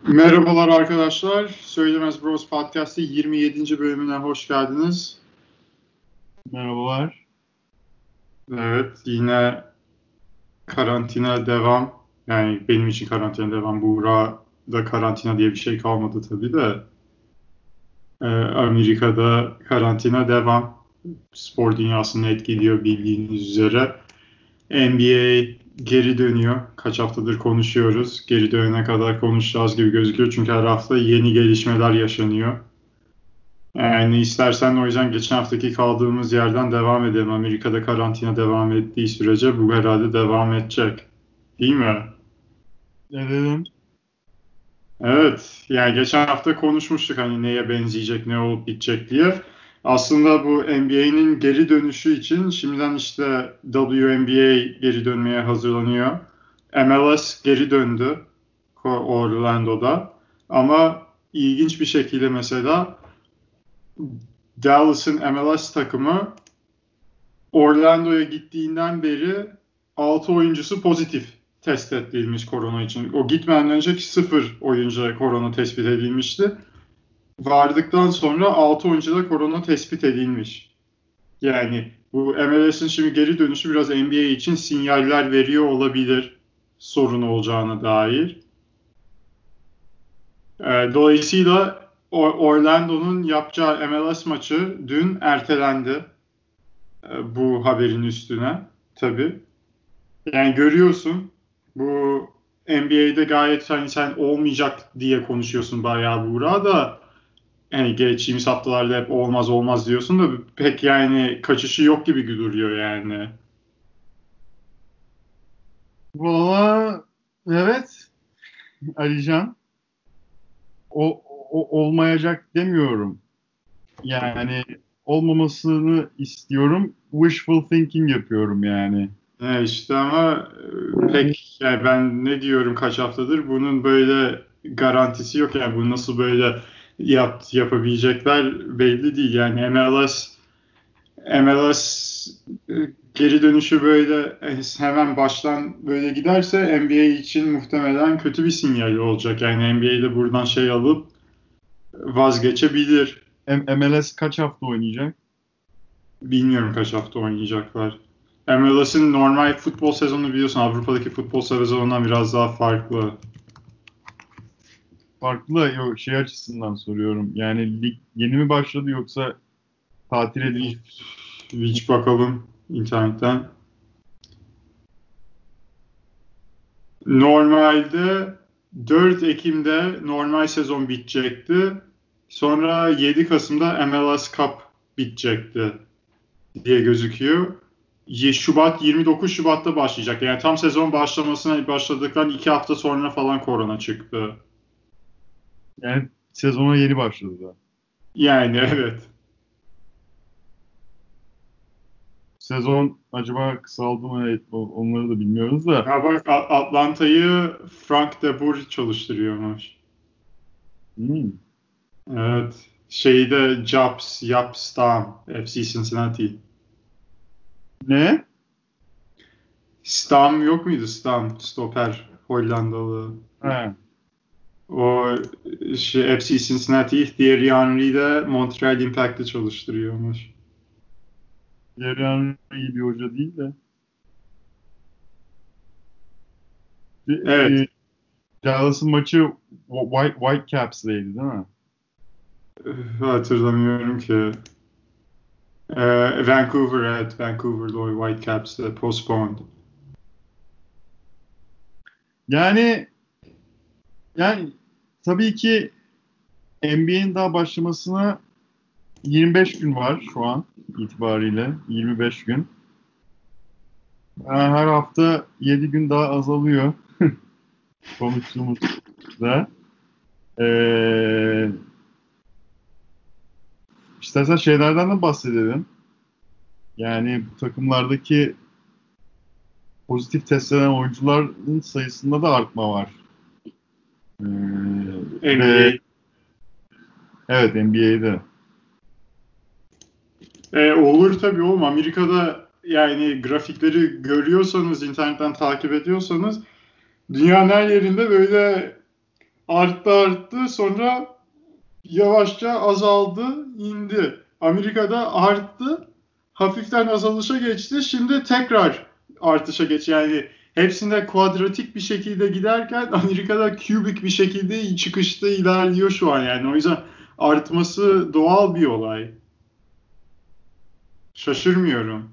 Merhabalar arkadaşlar. Söylemez Bros Podcast'ı 27. bölümüne hoş geldiniz. Merhabalar. Evet, yine karantina devam. Yani benim için karantina devam. Buğra'da karantina diye bir şey kalmadı tabii de. Amerika'da karantina devam. Spor dünyasını etkiliyor bildiğiniz üzere. NBA geri dönüyor. Kaç haftadır konuşuyoruz. Geri dönene kadar konuşacağız gibi gözüküyor. Çünkü her hafta yeni gelişmeler yaşanıyor. Yani istersen o yüzden geçen haftaki kaldığımız yerden devam edelim. Amerika'da karantina devam ettiği sürece bu herhalde devam edecek. Değil mi? Ne dedim? Evet. Yani geçen hafta konuşmuştuk hani neye benzeyecek, ne olup bitecek diye. Aslında bu NBA'nin geri dönüşü için şimdiden işte WNBA geri dönmeye hazırlanıyor. MLS geri döndü Orlando'da. Ama ilginç bir şekilde mesela Dallas'ın MLS takımı Orlando'ya gittiğinden beri 6 oyuncusu pozitif test edilmiş korona için. O gitmeden önceki 0 oyuncu korona tespit edilmişti. Vardıktan sonra 6 oyuncuda korona tespit edilmiş. Yani bu MLS'in şimdi geri dönüşü biraz NBA için sinyaller veriyor olabilir sorun olacağına dair. Dolayısıyla Orlando'nun yapacağı MLS maçı dün ertelendi. Bu haberin üstüne tabii. Yani görüyorsun bu NBA'de gayet hani sen olmayacak diye konuşuyorsun bayağı Buğra da hani geçtiğimiz haftalarda hep olmaz olmaz diyorsun da pek yani kaçışı yok gibi duruyor yani. Valla evet Alican. O olmayacak demiyorum. Yani olmamasını istiyorum. Wishful thinking yapıyorum yani. İşte ama Yani pek yani ben ne diyorum kaç haftadır bunun böyle garantisi yok yani bunu nasıl böyle yapabilecekler belli değil yani MLS geri dönüşü böyle hemen baştan böyle giderse NBA için muhtemelen kötü bir sinyal olacak. Yani NBA'de buradan şey alıp vazgeçebilir. MLS kaç hafta oynayacak? Bilmiyorum kaç hafta oynayacaklar. MLS'in normal futbol sezonu biliyorsun Avrupa'daki futbol sezonundan biraz daha farklı. Farklı yok şey açısından soruyorum. Yani lig yeni mi başladı yoksa tatil edilmiş? Hiç bakalım internetten. Normalde 4 Ekim'de normal sezon bitecekti. Sonra 7 Kasım'da MLS Cup bitecekti diye gözüküyor. 29 Şubat'ta başlayacak. Yani tam sezon başladıktan 2 hafta sonra falan korona çıktı. Yani sezona yeni başladı da. Yani evet. Sezon acaba kısaldı mı? Evet, onları da bilmiyoruz da. Ya bak Atlanta'yı Frank de Boer çalıştırıyormuş. Hmm. Evet. Şeyde Jaap Stam, FC Cincinnati. Ne? Stam yok muydu? Stam, stoper, Hollandalı. Ha. O FC Cincinnati, Thierry Henry de Montreal Impact'te çalıştırıyormuş. Cerrah'ın iyi bir hoca değil de. Evet, E, Dallas'ın maçı Whitecaps'leydi değil mi? hatırlamıyorum ki. Vancouver, evet, Vancouver'da o Whitecaps'te postponed. Yani yani tabii ki NBA'in daha başlamasına 25 gün var şu an itibariyle. 25 gün. Her hafta 7 gün daha azalıyor konuştuğumuzda. Ee, istersen şeylerden de bahsedelim. Yani bu takımlardaki pozitif testlenen oyuncuların sayısında da artma var. Ee, ve NBA. evet NBA'de. Olur tabii oğlum. Amerika'da yani grafikleri görüyorsanız, internetten takip ediyorsanız dünyanın her yerinde böyle arttı sonra yavaşça azaldı, indi. Amerika'da arttı, hafiften azalışa geçti. Şimdi tekrar artışa geç. Yani hepsinde kuadratik bir şekilde giderken Amerika'da kübik bir şekilde çıkışta ilerliyor şu an yani. O yüzden artması doğal bir olay. Şaşırmıyorum.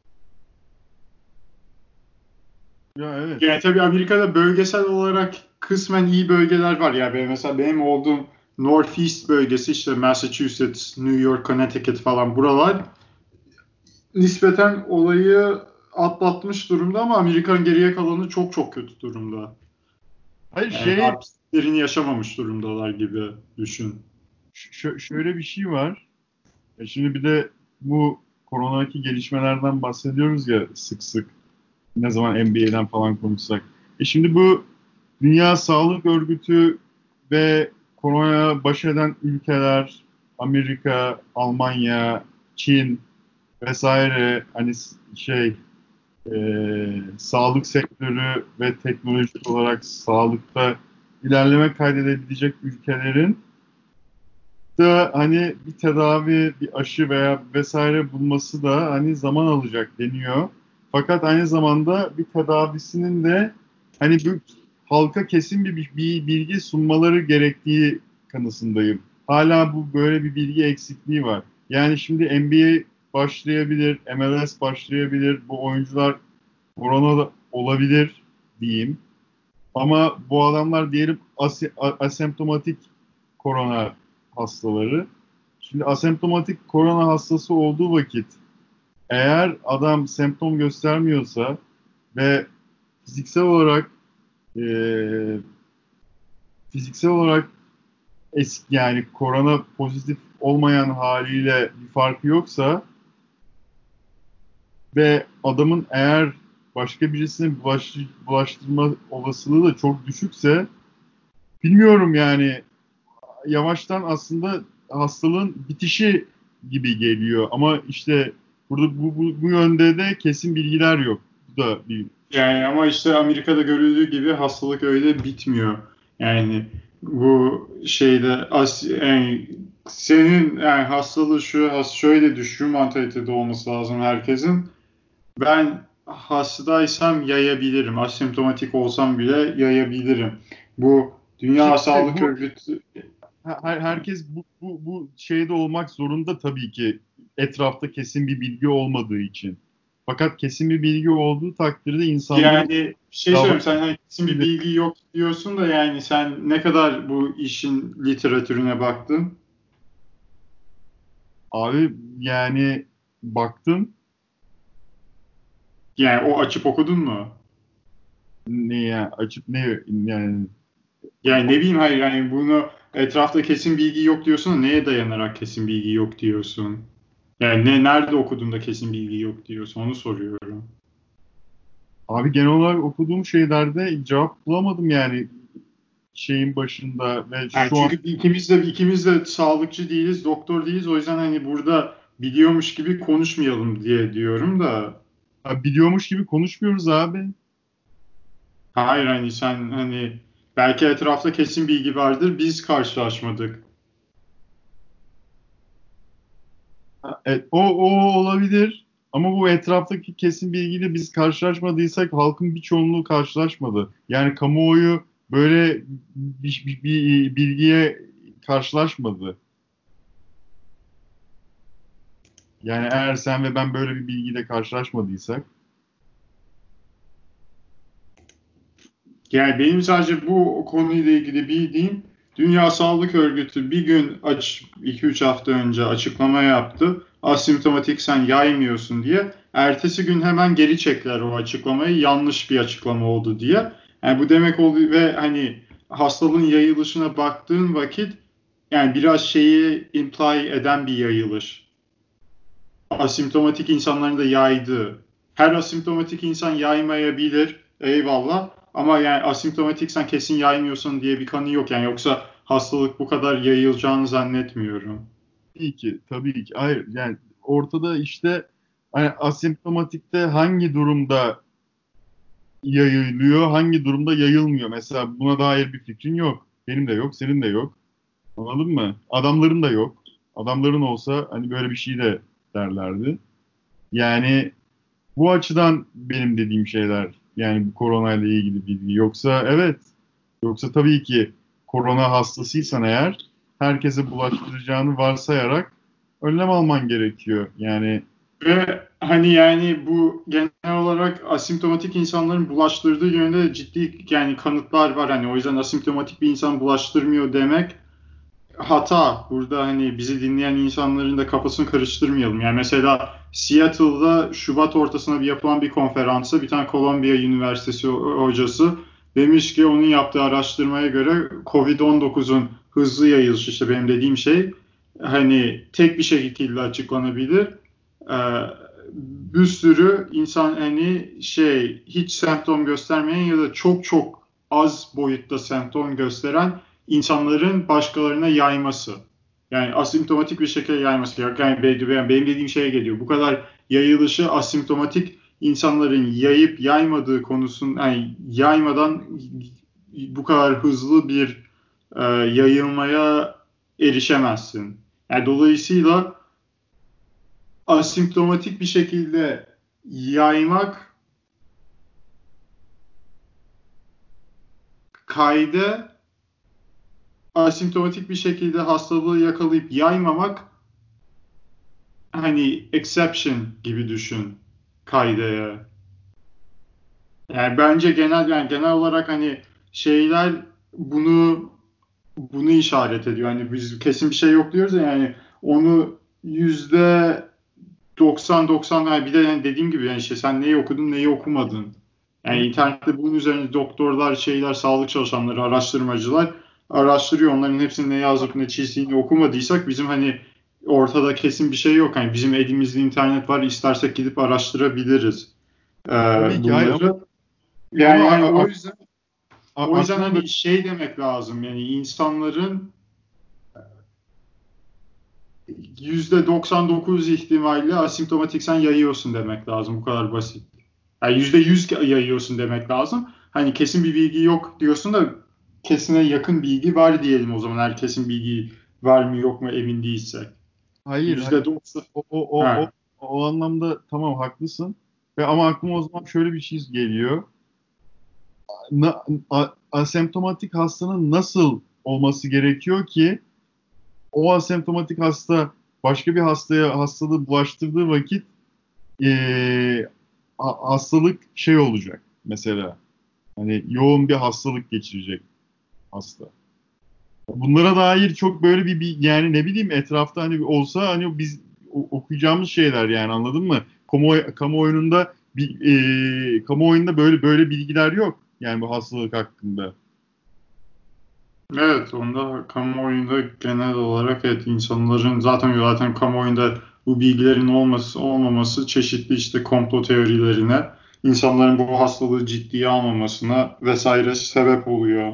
Ya evet. Yani tabii Amerika'da bölgesel olarak kısmen iyi bölgeler var. Yani mesela benim olduğum Northeast bölgesi işte Massachusetts, New York, Connecticut falan buralar nispeten olayı atlatmış durumda ama Amerika'nın geriye kalanı çok çok kötü durumda. Hayır Yani artıklarını yaşamamış durumdalar gibi düşün. şöyle bir şey var. Şimdi bir de bu koronadaki gelişmelerden bahsediyoruz ya sık sık. Ne zaman NBA'den falan konuşsak. Şimdi bu Dünya Sağlık Örgütü ve koronaya baş eden ülkeler, Amerika, Almanya, Çin vesaire hani sağlık sektörü ve teknolojik olarak sağlıkta ilerleme kaydedebilecek ülkelerin da hani bir tedavi, bir aşı veya vesaire bulması da hani zaman alacak deniyor. Fakat aynı zamanda bir tedavisinin de hani bir halka kesin bir bilgi sunmaları gerektiği kanısındayım. Hala bu böyle bir bilgi eksikliği var. Yani şimdi NBA başlayabilir, MLS başlayabilir, bu oyuncular korona da olabilir diyeyim. Ama bu adamlar diyelim asemptomatik korona hastaları. Şimdi asemptomatik korona hastası olduğu vakit eğer adam semptom göstermiyorsa ve fiziksel olarak e, fiziksel olarak eski yani korona pozitif olmayan haliyle bir farkı yoksa ve adamın eğer başka birisine bulaştırma olasılığı da çok düşükse bilmiyorum yani yavaştan aslında hastalığın bitişi gibi geliyor. Ama işte burada bu yönde de kesin bilgiler yok. Bu da bir Yani ama işte Amerika'da görüldüğü gibi hastalık öyle bitmiyor. Yani bu şeyde yani senin yani hastalığı şöyle düşün mantalitede olması lazım herkesin. Ben hastaysam yayabilirim. Asemptomatik olsam bile yayabilirim. Bu Dünya şimdi Sağlık bu Örgütü herkes bu şeyde olmak zorunda tabii ki etrafta kesin bir bilgi olmadığı için. Fakat kesin bir bilgi olduğu takdirde insanların yani bir şey söyleyeyim sen hani kesin bir davranabilir. bilgi yok diyorsun da yani sen ne kadar bu işin literatürüne baktın? Abi yani baktım Yani o açıp okudun mu? neye açıp ne yani Yani ne bileyim hayır yani bunu etrafta kesin bilgi yok diyorsun da neye dayanarak kesin bilgi yok diyorsun? Yani nerede okudun da kesin bilgi yok diyorsun onu soruyorum. abi genel olarak okuduğum şeylerde cevap bulamadım yani şeyin başında ve Yani şu an çünkü ikimiz de sağlıkçı değiliz, doktor değiliz. O yüzden hani burada biliyormuş gibi konuşmayalım diye diyorum da. biliyormuş gibi konuşmuyoruz abi. Hayır hani sen hani belki etrafta kesin bilgi vardır biz karşılaşmadık. O olabilir ama bu etraftaki kesin bilgiyle biz karşılaşmadıysak halkın bir çoğunluğu karşılaşmadı. Yani kamuoyu böyle bir bilgiye karşılaşmadı. Yani eğer sen ve ben böyle bir bilgiyle karşılaşmadıysak Yani benim sadece bu konuyla ilgili bildiğim Dünya Sağlık Örgütü bir gün 2-3 hafta önce açıklama yaptı. Asimptomatik sen yaymıyorsun diye. Ertesi gün hemen geri çektiler o açıklamayı. Yanlış bir açıklama oldu diye. Yani bu demek oluyor ve hani hastalığın yayılışına baktığın vakit yani biraz şeyi imply eden bir yayılış. Asimptomatik insanların da yaydığı. Her asimptomatik insan yaymayabilir. Eyvallah. Ama yani asimptomatiksen kesin yaymıyorsun diye bir kanı yok. Yani yoksa hastalık bu kadar yayılacağını zannetmiyorum. tabii ki hayır yani ortada işte hani asemptomatikte hangi durumda yayılıyor, hangi durumda yayılmıyor. Mesela buna dair bir fikrin yok. Benim de yok, senin de yok. Anladın mı? Adamların da yok. Adamların olsa hani böyle bir şey de derlerdi. Yani bu açıdan benim dediğim şeyler, yani bu koronayla ilgili bilgi. Yoksa evet, yoksa tabii ki korona hastasıysan eğer herkese bulaştıracağını varsayarak önlem alman gerekiyor. Yani Ve hani yani bu genel olarak asimptomatik insanların bulaştırdığı yönde ciddi yani kanıtlar var. Hani o yüzden asimptomatik bir insan bulaştırmıyor demek hata. Burada hani bizi dinleyen insanların da kafasını karıştırmayalım. Yani mesela Seattle'da Şubat ortasına bir yapılan bir konferansa bir tane Columbia Üniversitesi hocası demiş ki onun yaptığı araştırmaya göre Covid-19'un hızlı yayılışı işte benim dediğim şey hani tek bir şekilde açıklanabilir. Ee, bir sürü insan hani şey hiç semptom göstermeyen ya da çok çok az boyutta semptom gösteren insanların başkalarına yayması. Yani asimptomatik bir şekilde yayması. Yani benim dediğim şeye geliyor. Bu kadar yayılışı asimptomatik insanların yayıp yaymadığı konusun yani yaymadan bu kadar hızlı bir yayılmaya erişemezsin. Yani dolayısıyla asimptomatik bir şekilde yaymak kaydı asimptomatik bir şekilde hastalığı yakalayıp yaymamak hani exception gibi düşün kaydaya. Yani bence genel olarak hani şeyler bunu işaret ediyor. Hani biz kesin bir şey yok diyoruz ya yani onu %90 yani bir de yani dediğim gibi yani işte sen neyi okudun neyi okumadın. Yani internette bunun üzerine doktorlar, şeyler, sağlık çalışanları, araştırmacılar araştırıyor. Onların hepsinin ne yazıp ne çizdiğini okumadıysak bizim hani ortada kesin bir şey yok. Hani bizim elimizde internet var. İstersek gidip araştırabiliriz tabii ki hayır bunları. ama Yani o yüzden aklıma hani şey demek lazım. Yani insanların %99 ihtimalle asimptomatiksen yayıyorsun demek lazım. Bu kadar basit. Yani %100 yayıyorsun demek lazım. Hani kesin bir bilgi yok diyorsun da kesine yakın bilgi var diyelim o zaman. Eğer kesin bilgi var mı yok mu emin değilsek. hayır, %90. o Ha. o anlamda tamam haklısın. Ve ama aklıma o zaman şöyle bir şey geliyor. Asemptomatik hastanın nasıl olması gerekiyor ki o asemptomatik hasta başka bir hastaya hastalığı bulaştırdığı vakit hastalık şey olacak mesela. Hani yoğun bir hastalık geçirecek hasta. Bunlara dair çok böyle yani ne bileyim etrafta hani olsa hani biz okuyacağımız şeyler yani anladın mı? Kamuoyunda kamuoyunda böyle bilgiler yok yani bu hastalık hakkında. Evet, onda kamuoyunda genel olarak evet insanların zaten kamuoyunda bu bilgilerin olmaması çeşitli işte komplo teorilerine, insanların bu hastalığı ciddiye almamasına vesaire sebep oluyor.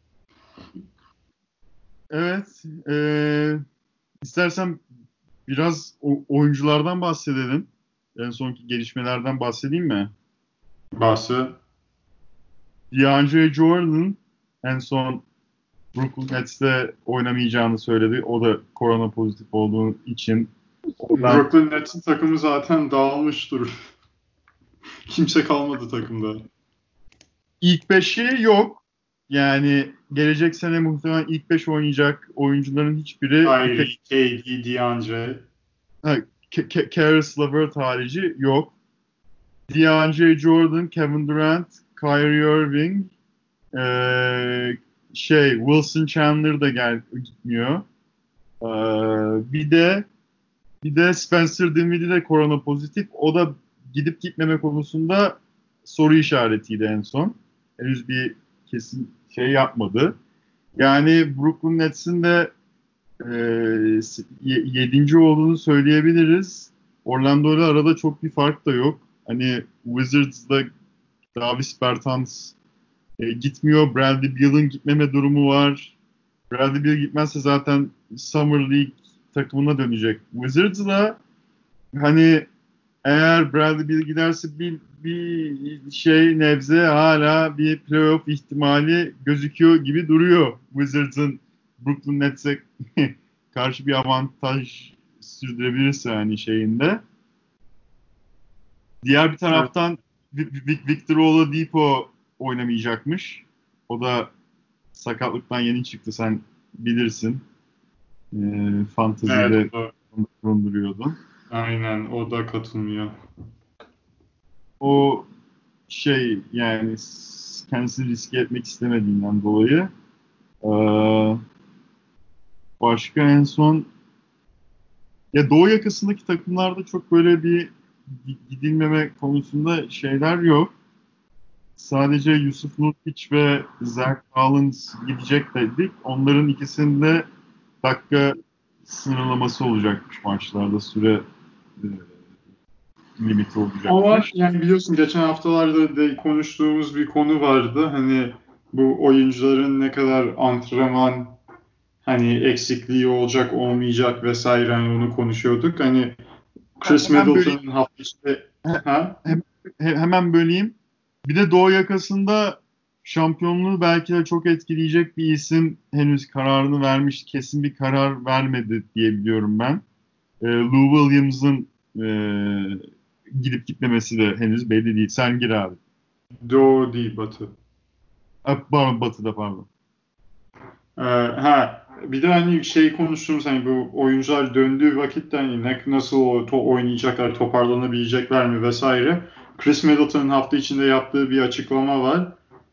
Evet, istersen biraz oyunculardan bahsedelim. En sonki gelişmelerden bahsedeyim mi? Bahsi. DeAndre Jordan en son Brooklyn Nets'te oynamayacağını söyledi. O da korona pozitif olduğu için. Oradan Brooklyn Nets'in takımı zaten dağılmıştır. Kimse kalmadı takımda. ilk 5'i yok. Yani gelecek sene muhtemelen ilk 5 oynayacak oyuncuların hiçbiri bir tek Kyrie, KD, DeAndre. ha, Caris LeVert harici yok. DeAndre Jordan, Kevin Durant, Kyrie Irving, Wilson Chandler da gitmiyor. Bir de Spencer Dinwiddie de korona pozitif. O da gidip gitmeme konusunda soru işaretiydi en son. Henüz bir kesin şey yapmadı. Yani Brooklyn Nets'in de 7. olduğunu söyleyebiliriz. Orlando ile arada çok bir fark da yok. Hani Wizards'da Davis Bertans gitmiyor. Bradley Beal'ın gitmeme durumu var. Bradley Beal gitmezse zaten Summer League takımına dönecek. Wizards'la hani eğer Bradley Beal giderse bir şey nebze hala bir playoff ihtimali gözüküyor gibi duruyor. Wizards'ın Brooklyn Nets'e karşı bir avantaj sürdürebilirse hani şeyinde. Diğer bir Evet. taraftan Victor Oladipo oynamayacakmış. O da sakatlıktan yeni çıktı, sen bilirsin. Evet, Fantezide o da, bulunduruyordun. aynen o da katılmıyor. O şey yani kendisini riske etmek istemediğinden dolayı. Ee, Başka en son ya Doğu yakasındaki takımlarda çok böyle bir gidilmeme konusunda şeyler yok. Sadece Yusuf Nurkic ve Zach Collins gidecek dedik. Onların ikisinde dakika sınırlaması olacakmış maçlarda. Süre e, limiti Ama olacakmış. yani biliyorsun geçen haftalarda da konuştuğumuz bir konu vardı. Hani bu oyuncuların ne kadar antrenman hani eksikliği olacak olmayacak vesaire hani onu konuşuyorduk. Hani Chris Hemen böleyim. Middleton'ın hafta içinde ha? Hemen böleyim. Bir de Doğu yakasında şampiyonluğu belki de çok etkileyecek bir isim henüz kararını vermiş, kesin bir karar vermedi diye biliyorum ben. Lou Williams'ın gidip gitmemesi de henüz belli değil. Sen gir abi. Doğu değil Batı. Pardon, Batı'da pardon. Bir de hani şey konuştuğumuz hani bu oyuncular döndüğü vakitte hani nasıl oynayacaklar, toparlanabilecekler mi vesaire. Chris Middleton'ın hafta içinde yaptığı bir açıklama var.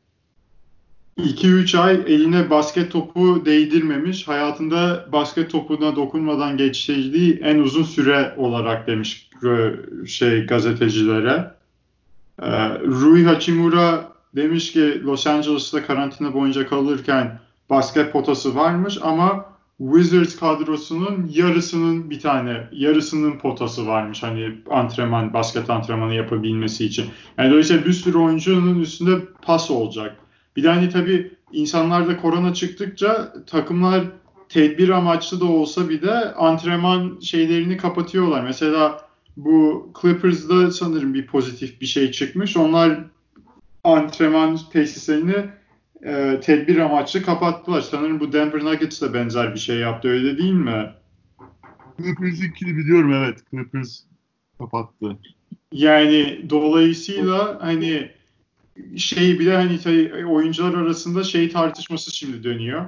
2-3 ay eline basket topu değdirmemiş. Hayatında basket topuna dokunmadan geçirdiği en uzun süre olarak demiş gazetecilere. Rui Hachimura demiş ki Los Angeles'ta karantina boyunca kalırken basket potası varmış ama Wizards kadrosunun yarısının potası varmış hani basket antrenmanı yapabilmesi için. Yani dolayısıyla bir sürü oyuncunun üstünde pas olacak. Bir de hani tabii insanlarda korona çıktıkça takımlar tedbir amaçlı da olsa bir de antrenman şeylerini kapatıyorlar. Mesela bu Clippers'da sanırım bir pozitif bir şey çıkmış. Onlar antrenman tesislerini tedbir amaçlı kapattılar. Sanırım bu Denver Nuggets de benzer bir şey yaptı, öyle değil mi? Clippers'ınkini biliyorum, evet. Clippers kapattı. Yani dolayısıyla hani bir de hani oyuncular arasında tartışması şimdi dönüyor.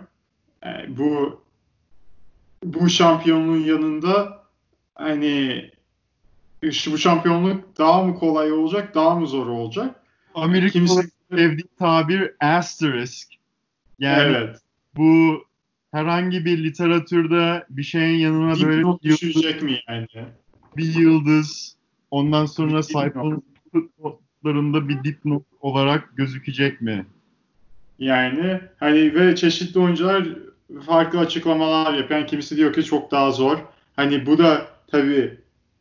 Bu şampiyonluğun yanında hani bu şampiyonluk daha mı kolay olacak, daha mı zor olacak? Amerikalıların Kimse sevdiği tabir asterisk. Yani evet. bu herhangi bir literatürde bir şeyin yanına böyle Dipnot düşecek mi yani? bir yıldız, ondan Bir sonra dipnot. sayfanın notlarında bir dipnot olarak gözükecek mi? Yani hani ve çeşitli oyuncular farklı açıklamalar yapıyor. Yani kimisi diyor ki çok daha zor. Hani bu da tabii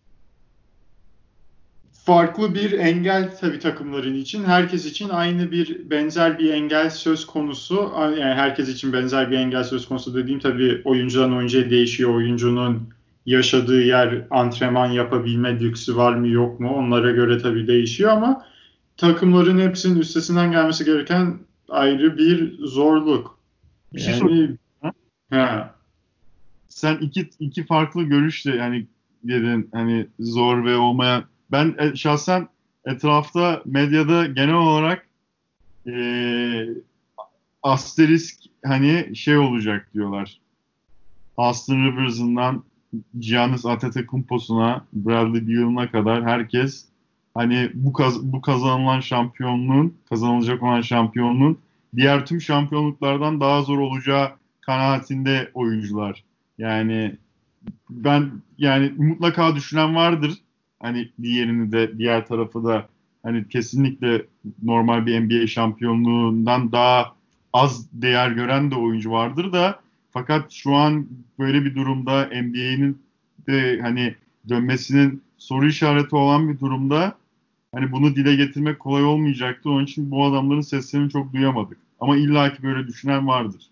farklı bir engel tabii takımların için. Herkes için benzer bir engel söz konusu. Yani herkes için benzer bir engel söz konusu dediğim tabii oyuncudan oyuncuya değişiyor. Oyuncunun yaşadığı yer, antrenman yapabilme lüksü var mı yok mu? Onlara göre tabii değişiyor ama takımların hepsinin üstesinden gelmesi gereken ayrı bir zorluk. Bir şey sorayım. Yani ha, Sen iki farklı görüşle yani dedin hani zor ve olmayan. Ben şahsen etrafta, medyada genel olarak e, asterisk hani şey olacak diyorlar. Austin Rivers'ından Giannis Antetokounmpo'suna, Bradley Beal'ına kadar herkes hani bu kazanılacak olan şampiyonluğun diğer tüm şampiyonluklardan daha zor olacağı kanaatinde oyuncular. Yani ben yani mutlaka düşünen vardır. Hani diğerini de, diğer tarafı da hani kesinlikle normal bir NBA şampiyonluğundan daha az değer gören de oyuncu vardır da, fakat şu an böyle bir durumda NBA'nin de hani dönmesinin soru işareti olan bir durumda hani bunu dile getirmek kolay olmayacaktı. Onun için bu adamların seslerini çok duyamadık. Ama illaki böyle düşünen vardır.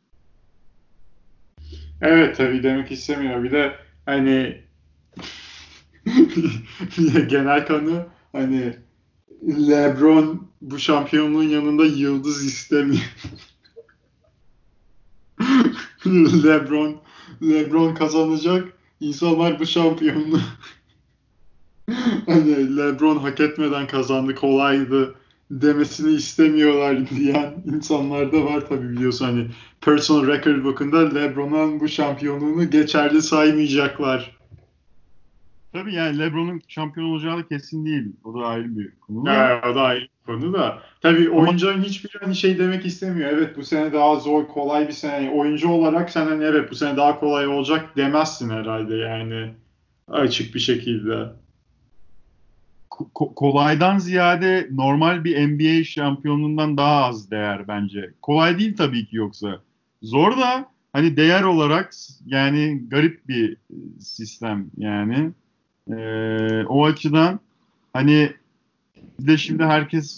evet tabii demek istemiyor. Bir de hani genel kanı hani LeBron bu şampiyonluğun yanında yıldız istemiyor. LeBron kazanacak. İnsanlar bu şampiyonluğu hani LeBron hak etmeden kazandı, kolaydı demesini istemiyorlar diyen insanlar da var tabii, biliyorsun hani personal record book'unda LeBron'un bu şampiyonluğunu geçerli saymayacaklar. Tabii yani LeBron'un şampiyon olacağı da kesin değil. O da ayrı bir konu da. Ya, o da ayrı bir konu da. Tabii Ama oyuncuların hiçbiri hani şey demek istemiyor. Evet, bu sene daha zor, kolay bir sene. Oyuncu olarak sen hani evet bu sene daha kolay olacak demezsin herhalde yani, açık bir şekilde. kolaydan ziyade normal bir NBA şampiyonluğundan daha az değer bence. Kolay değil tabii ki yoksa. Zor da hani değer olarak yani garip bir sistem yani. O açıdan hani bir de şimdi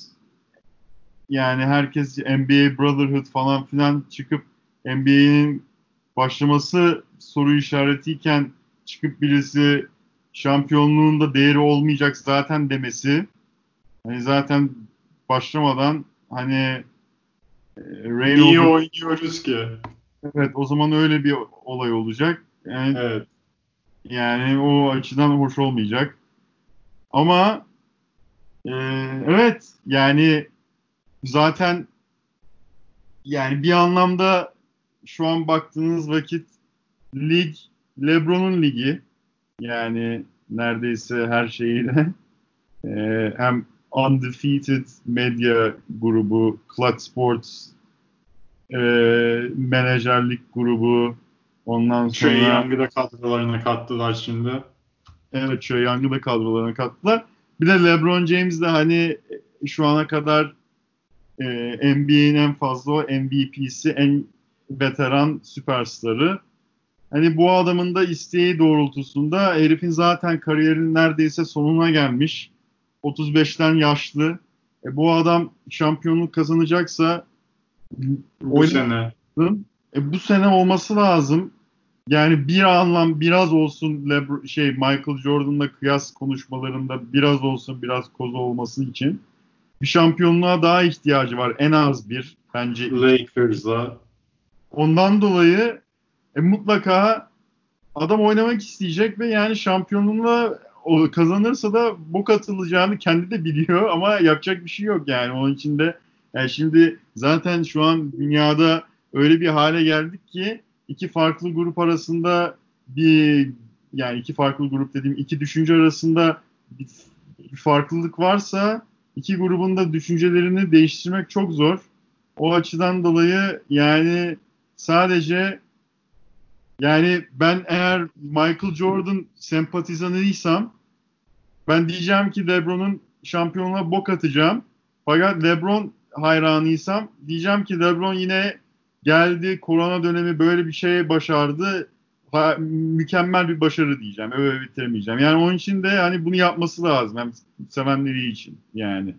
herkes NBA Brotherhood falan filan çıkıp NBA'nin başlaması soru işaretiyken çıkıp birisi şampiyonluğunda değeri olmayacak zaten demesi, hani zaten başlamadan hani reign Niye over, oynuyoruz ki? evet o zaman öyle bir olay olacak. Evet. Yani o açıdan hoş olmayacak. Ama e, evet yani zaten yani bir anlamda şu an baktığınız vakit lig LeBron'un ligi. Yani neredeyse her şeyiyle. Hem Undefeated Medya grubu, Clutch Sports e, menajerlik grubu, ondan Trae sonra Young'ı da kadrolarına kattılar şimdi. evet Trae Young'ı da kadrolarına kattılar. Bir de LeBron James de hani şu ana kadar NBA'nin en fazla MVP'si, en veteran süperstarı. Hani bu adamın da isteği doğrultusunda herifin zaten kariyerinin neredeyse sonuna gelmiş. 35'ten yaşlı. Bu adam şampiyonluk kazanacaksa Bu oynamasın. sene. Bu sene olması lazım. Yani bir anlam biraz olsun Michael Jordan'la kıyas konuşmalarında biraz olsun biraz kozu olması için bir şampiyonluğa daha ihtiyacı var. En az bir. Bence iki. Lakers'la. Ondan dolayı mutlaka adam oynamak isteyecek ve yani şampiyonluğuna o kazanırsa da bok atılacağını kendi de biliyor ama yapacak bir şey yok yani. Onun için de yani şimdi zaten şu an dünyada öyle bir hale geldik ki iki farklı grup arasında bir yani iki farklı grup dediğim iki düşünce arasında bir farklılık varsa iki grubun da düşüncelerini değiştirmek çok zor. O açıdan dolayı yani sadece yani ben eğer Michael Jordan sempatizanıysam ben diyeceğim ki LeBron'un şampiyonluğa bok atacağım. Fakat LeBron hayranıysam diyeceğim ki LeBron yine geldi, korona dönemi böyle bir şey başardı. Mükemmel bir başarı diyeceğim. Öyle bitiremeyeceğim. Yani onun için de hani bunu yapması lazım. Hem sevenleri için yani.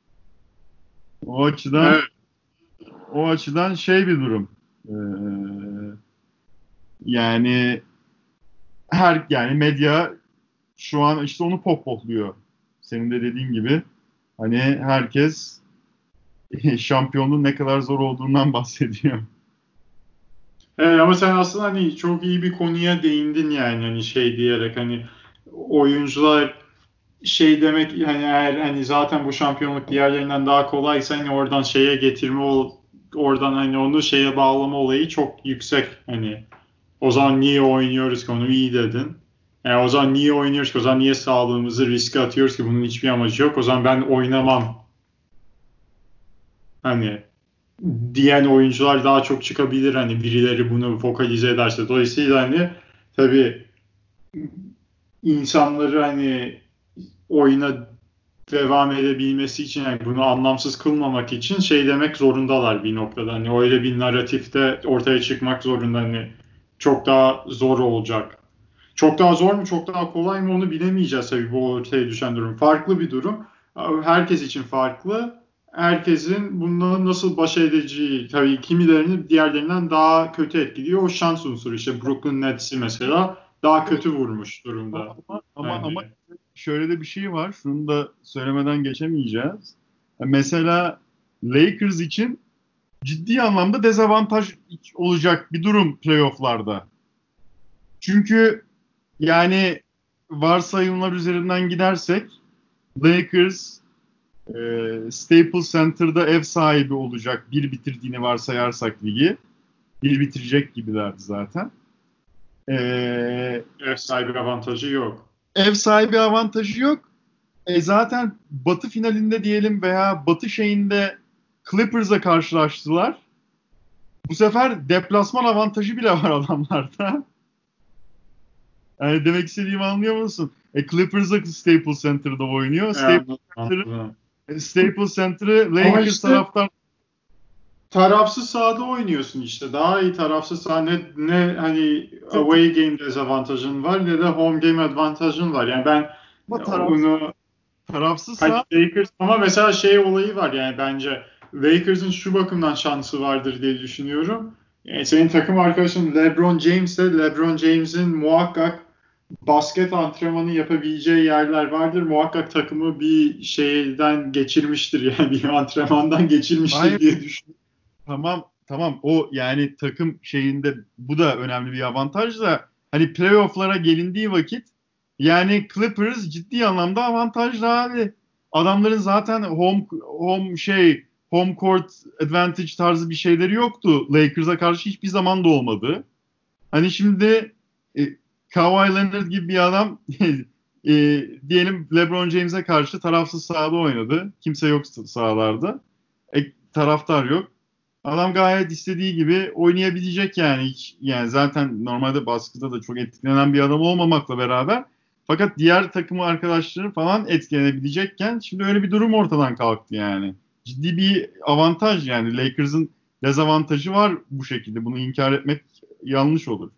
O açıdan Evet. o açıdan şey bir durum. Ee, yani yani medya şu an işte onu pohpohluyor. Senin de dediğin gibi. Hani herkes şampiyonluğun ne kadar zor olduğundan bahsediyor. Evet, ama sen aslında hani çok iyi bir konuya değindin yani, hani şey diyerek hani oyuncular şey demek hani, eğer hani zaten bu şampiyonluk diğerlerinden daha kolaysa hani oradan şeye getirme oradan hani onu şeye bağlama olayı çok yüksek hani. O zaman niye oynuyoruz ki, onu iyi dedin. Yani o zaman niye oynuyoruz ki, o zaman niye sağlığımızı riske atıyoruz ki, bunun hiçbir amacı yok. O zaman ben oynamam hani diyen oyuncular daha çok çıkabilir hani, birileri bunu fokalize ederse. Dolayısıyla hani tabii insanları hani oyuna devam edebilmesi için, yani bunu anlamsız kılmamak için şey demek zorundalar bir noktada. Hani öyle bir narratifte ortaya çıkmak zorunda, hani çok daha zor olacak. Çok daha zor mu, çok daha kolay mı, onu bilemeyeceğiz tabii, bu ortaya düşen durum. Farklı bir durum. Herkes için farklı. Herkesin bundan nasıl baş edeceği tabii kimilerini diğerlerinden daha kötü etkiliyor. O şans unsuru, işte Brooklyn Nets'i mesela daha kötü vurmuş Ama durumda. ama ama, ama Hani. şöyle de bir şey var. Şunu da söylemeden geçemeyeceğiz. Mesela Lakers için ciddi anlamda dezavantaj olacak bir durum playoff'larda. Çünkü yani varsayımlar üzerinden gidersek Lakers Staples Center'da ev sahibi olacak. Bir bitirdiğini varsayarsak ligi. Bir bitirecek gibilerdi zaten. Ev sahibi avantajı yok. Ev sahibi avantajı yok. Zaten Batı finalinde diyelim veya Batı şeyinde Clippers'a karşılaştılar. Bu sefer deplasman avantajı bile var adamlarda. Yani demek istediğimi anlıyor musun? Clippers'a Staples Center'da oynuyor. Staples Center'ı Lakers işte, taraftar tarafsız sahada oynuyorsun işte. Daha iyi tarafsız saha, ne hani away game dezavantajın var ne de home game avantajın var. Yani ben onu tarafsız hani saha Lakers, ama mesela şey olayı var yani, bence Lakers'ın şu bakımdan şansı vardır diye düşünüyorum. Senin takım arkadaşın LeBron James'e, LeBron James'in muhakkak basket antrenmanı yapabileceği yerler vardır. Muhakkak takımı bir şeyden geçirmiştir, yani bir antrenmandan geçirmiştir. Hayır. Diye düşünüyorum. Tamam, o yani takım şeyinde bu da önemli bir avantaj da hani playoff'lara gelindiği vakit yani Clippers ciddi anlamda avantajlı abi. Adamların zaten home court advantage tarzı bir şeyleri yoktu. Lakers'a karşı hiçbir zaman da olmadı. Hani şimdi Kawhi Leonard gibi bir adam diyelim LeBron James'e karşı tarafsız sahada oynadı. Kimse yok sahalarda. Taraftar yok. Adam gayet istediği gibi oynayabilecek yani. Yani zaten normalde baskıda da çok etkilenen bir adam olmamakla beraber fakat diğer takımı arkadaşları falan etkilenebilecekken şimdi öyle bir durum ortadan kalktı yani. Ciddi bir avantaj yani. Lakers'ın dezavantajı var bu şekilde. Bunu inkar etmek yanlış olur.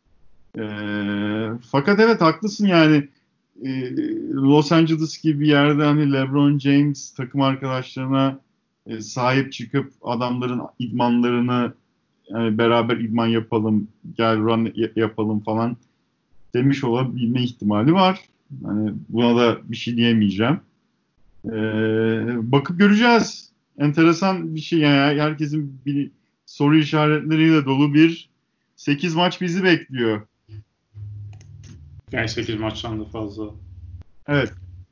Fakat evet haklısın yani. Los Angeles gibi bir yerde hani LeBron James takım arkadaşlarına sahip çıkıp adamların idmanlarını yani beraber idman yapalım, gel run yapalım falan demiş olabilme ihtimali var. Hani buna da bir şey diyemeyeceğim. Bakıp göreceğiz. Enteresan bir şey yani. Herkesin bir soru işaretleriyle dolu bir 8 maç bizi bekliyor. Yani 8 maçtan da fazla. Evet.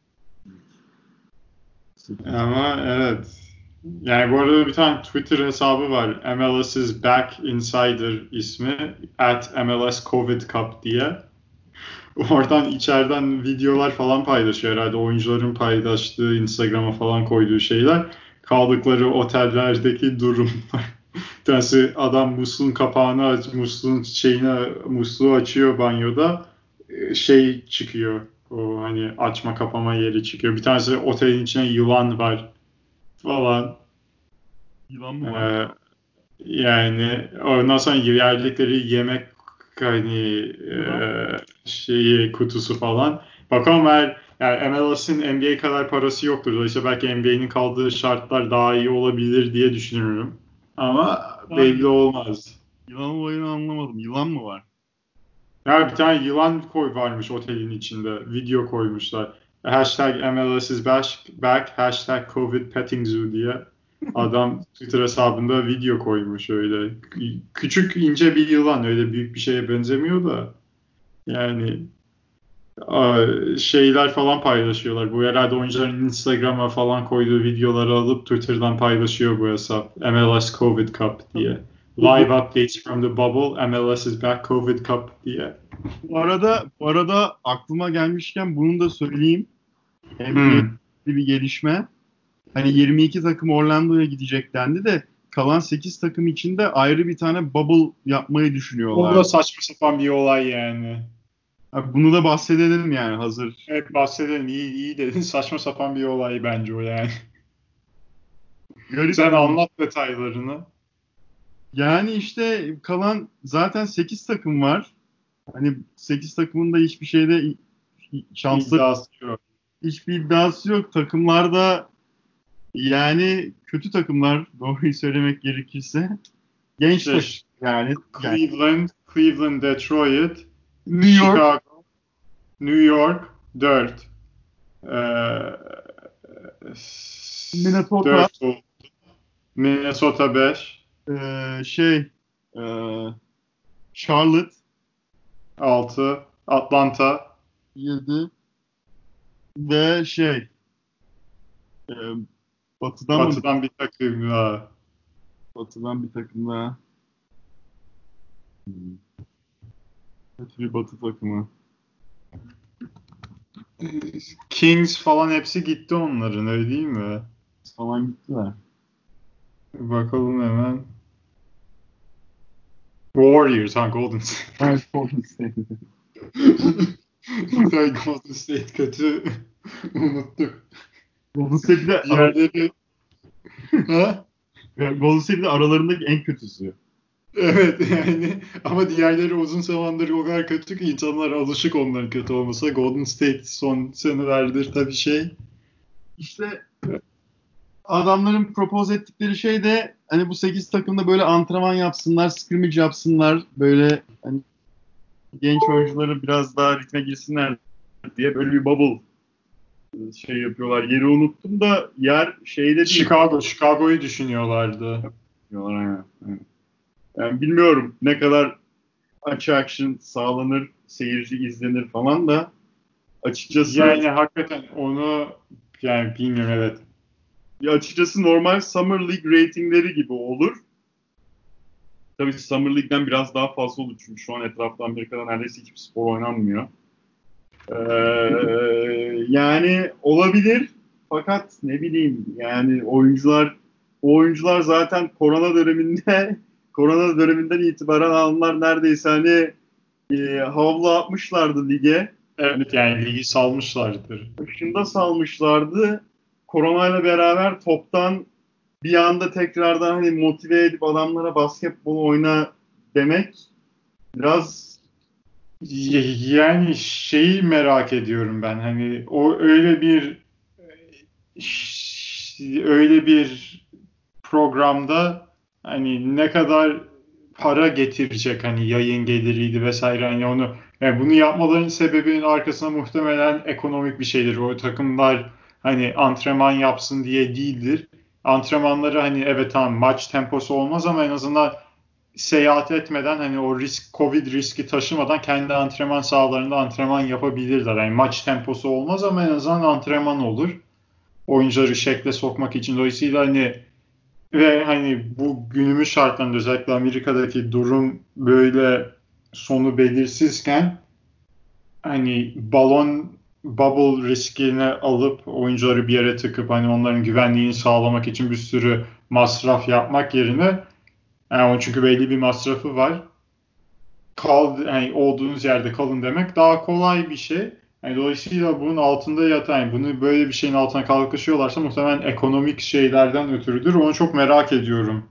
Ama evet. Yani bu arada bir tane Twitter hesabı var. MLS is back insider ismi. @MLS Covid Cup diye. Oradan içeriden videolar falan paylaşıyor herhalde. Oyuncuların paylaştığı, Instagram'a falan koyduğu şeyler. Kaldıkları otellerdeki durumlar. Bir tanesi adam musluğun kapağını musluğu açıyor banyoda. Şey çıkıyor. O hani açma kapama yeri çıkıyor. Bir tanesi otelin içine yılan var falan. Yılan mı var? Yani ondan sonra yerdikleri yemek hani şeyi kutusu falan. Bakalım, yani MLS'in NBA kadar parası yoktur. Dolayısıyla belki NBA'nin kaldığı şartlar daha iyi olabilir diye düşünüyorum. Ama belli olmaz. Yılan olayını anlamadım. Yılan mı var? Ya bir tane yılan varmış otelin içinde. Video koymuşlar. Hashtag MLS is back. Hashtag COVID petting zoo diye. Adam Twitter hesabında video koymuş öyle. Küçük ince bir yılan, öyle büyük bir şeye benzemiyor da. Yani şeyler falan paylaşıyorlar. Bu herhalde oyuncuların Instagram'a falan koyduğu videoları alıp Twitter'dan paylaşıyor bu hesap. MLS COVID Cup diye. Live updates from the bubble. MLS is back COVID Cup diye. Bu arada aklıma gelmişken bunu da söyleyeyim. NBA'de bir gelişme. Hani 22 takım Orlando'ya gidecek dendi de kalan 8 takım içinde ayrı bir tane bubble yapmayı düşünüyorlar. O da saçma sapan bir olay yani. Abi bunu da bahsedelim yani hazır. Evet, bahsedelim. İyi dedin. Saçma sapan bir olay bence o yani. Sen anlat detaylarını. Yani işte kalan zaten 8 takım var. Hani 8 takımın da hiçbir şeyde şanslı hiçbir iddiası yok. Takımlarda yani kötü takımlar doğruyu söylemek gerekirse. Genç takım yani. Cleveland, Detroit, New York, Chicago, New York 4. Ee, Minnesota 4 oldu. Minnesota 5. şey Charlotte 6. Atlanta. 7 ve e, Batı'dan mı? Batı'dan bir takım daha. Batı'dan bir takım daha. Kötü bir Batı takımı. Kings falan hepsi gitti onların, öyle değil mi? Falan gittiler. Bakalım hemen. Warriors, Golden State. Evet, Golden State. Golden State kötü. Unuttuk. Golden State'de Diğerleri... Ha? Golden State'de aralarındaki en kötüsü. Evet yani ama diğerleri uzun zamandır o kadar kötü ki insanlar alışık onların kötü olmasa. Golden State son senelerdir tabii şey. İşte adamların propose ettikleri şey de hani bu 8 takımda böyle antrenman yapsınlar, scrimmage yapsınlar, böyle hani genç oyuncuları biraz daha ritme girsinler diye böyle bir bubble şey yapıyorlar. Yeri unuttum da yer şeyde değil. Chicago'yu düşünüyorlardı. Aynen. Yani bilmiyorum ne kadar açı action sağlanır, seyirci izlenir falan da açıkçası Yani hakikaten onu yani bilmiyorum, evet. açıkçası normal Summer League ratingleri gibi olur. Tabii Summer League'den biraz daha fazla olur çünkü şu an etrafta Amerika'da neredeyse hiçbir spor oynanmıyor. Yani olabilir fakat ne bileyim yani oyuncular zaten korona döneminden itibaren alımlar neredeyse hani havlu atmışlardı lige. Evet yani ligi salmışlardır. Başında salmışlardı. Koronayla beraber toptan bir anda tekrardan hani motive edip adamlara basketbol oyna demek biraz Yani şeyi merak ediyorum ben, hani o öyle bir programda hani ne kadar para getirecek, hani yayın geliriydi vesaire, hani onu yani bunu yapmalarının sebebinin arkasında muhtemelen ekonomik bir şeydir. O takımlar hani antrenman yapsın diye değildir. Antrenmanları hani evet tamam maç temposu olmaz ama en azından seyahat etmeden hani o Covid riski taşımadan kendi antrenman sahalarında antrenman yapabilirler. Yani maç temposu olmaz ama en azından antrenman olur. Oyuncuları şekle sokmak için. Dolayısıyla hani ve hani bu günümüz şartlarında özellikle Amerika'daki durum böyle sonu belirsizken hani bubble riskini alıp oyuncuları bir yere tıkıp hani onların güvenliğini sağlamak için bir sürü masraf yapmak yerine yani onun çünkü belli bir masrafı var. Yani olduğunuz yerde kalın demek daha kolay bir şey. Yani dolayısıyla bunun altında yatan, yani bunu böyle bir şeyin altına kalkışıyorlarsa muhtemelen ekonomik şeylerden ötürüdür. Onu çok merak ediyorum.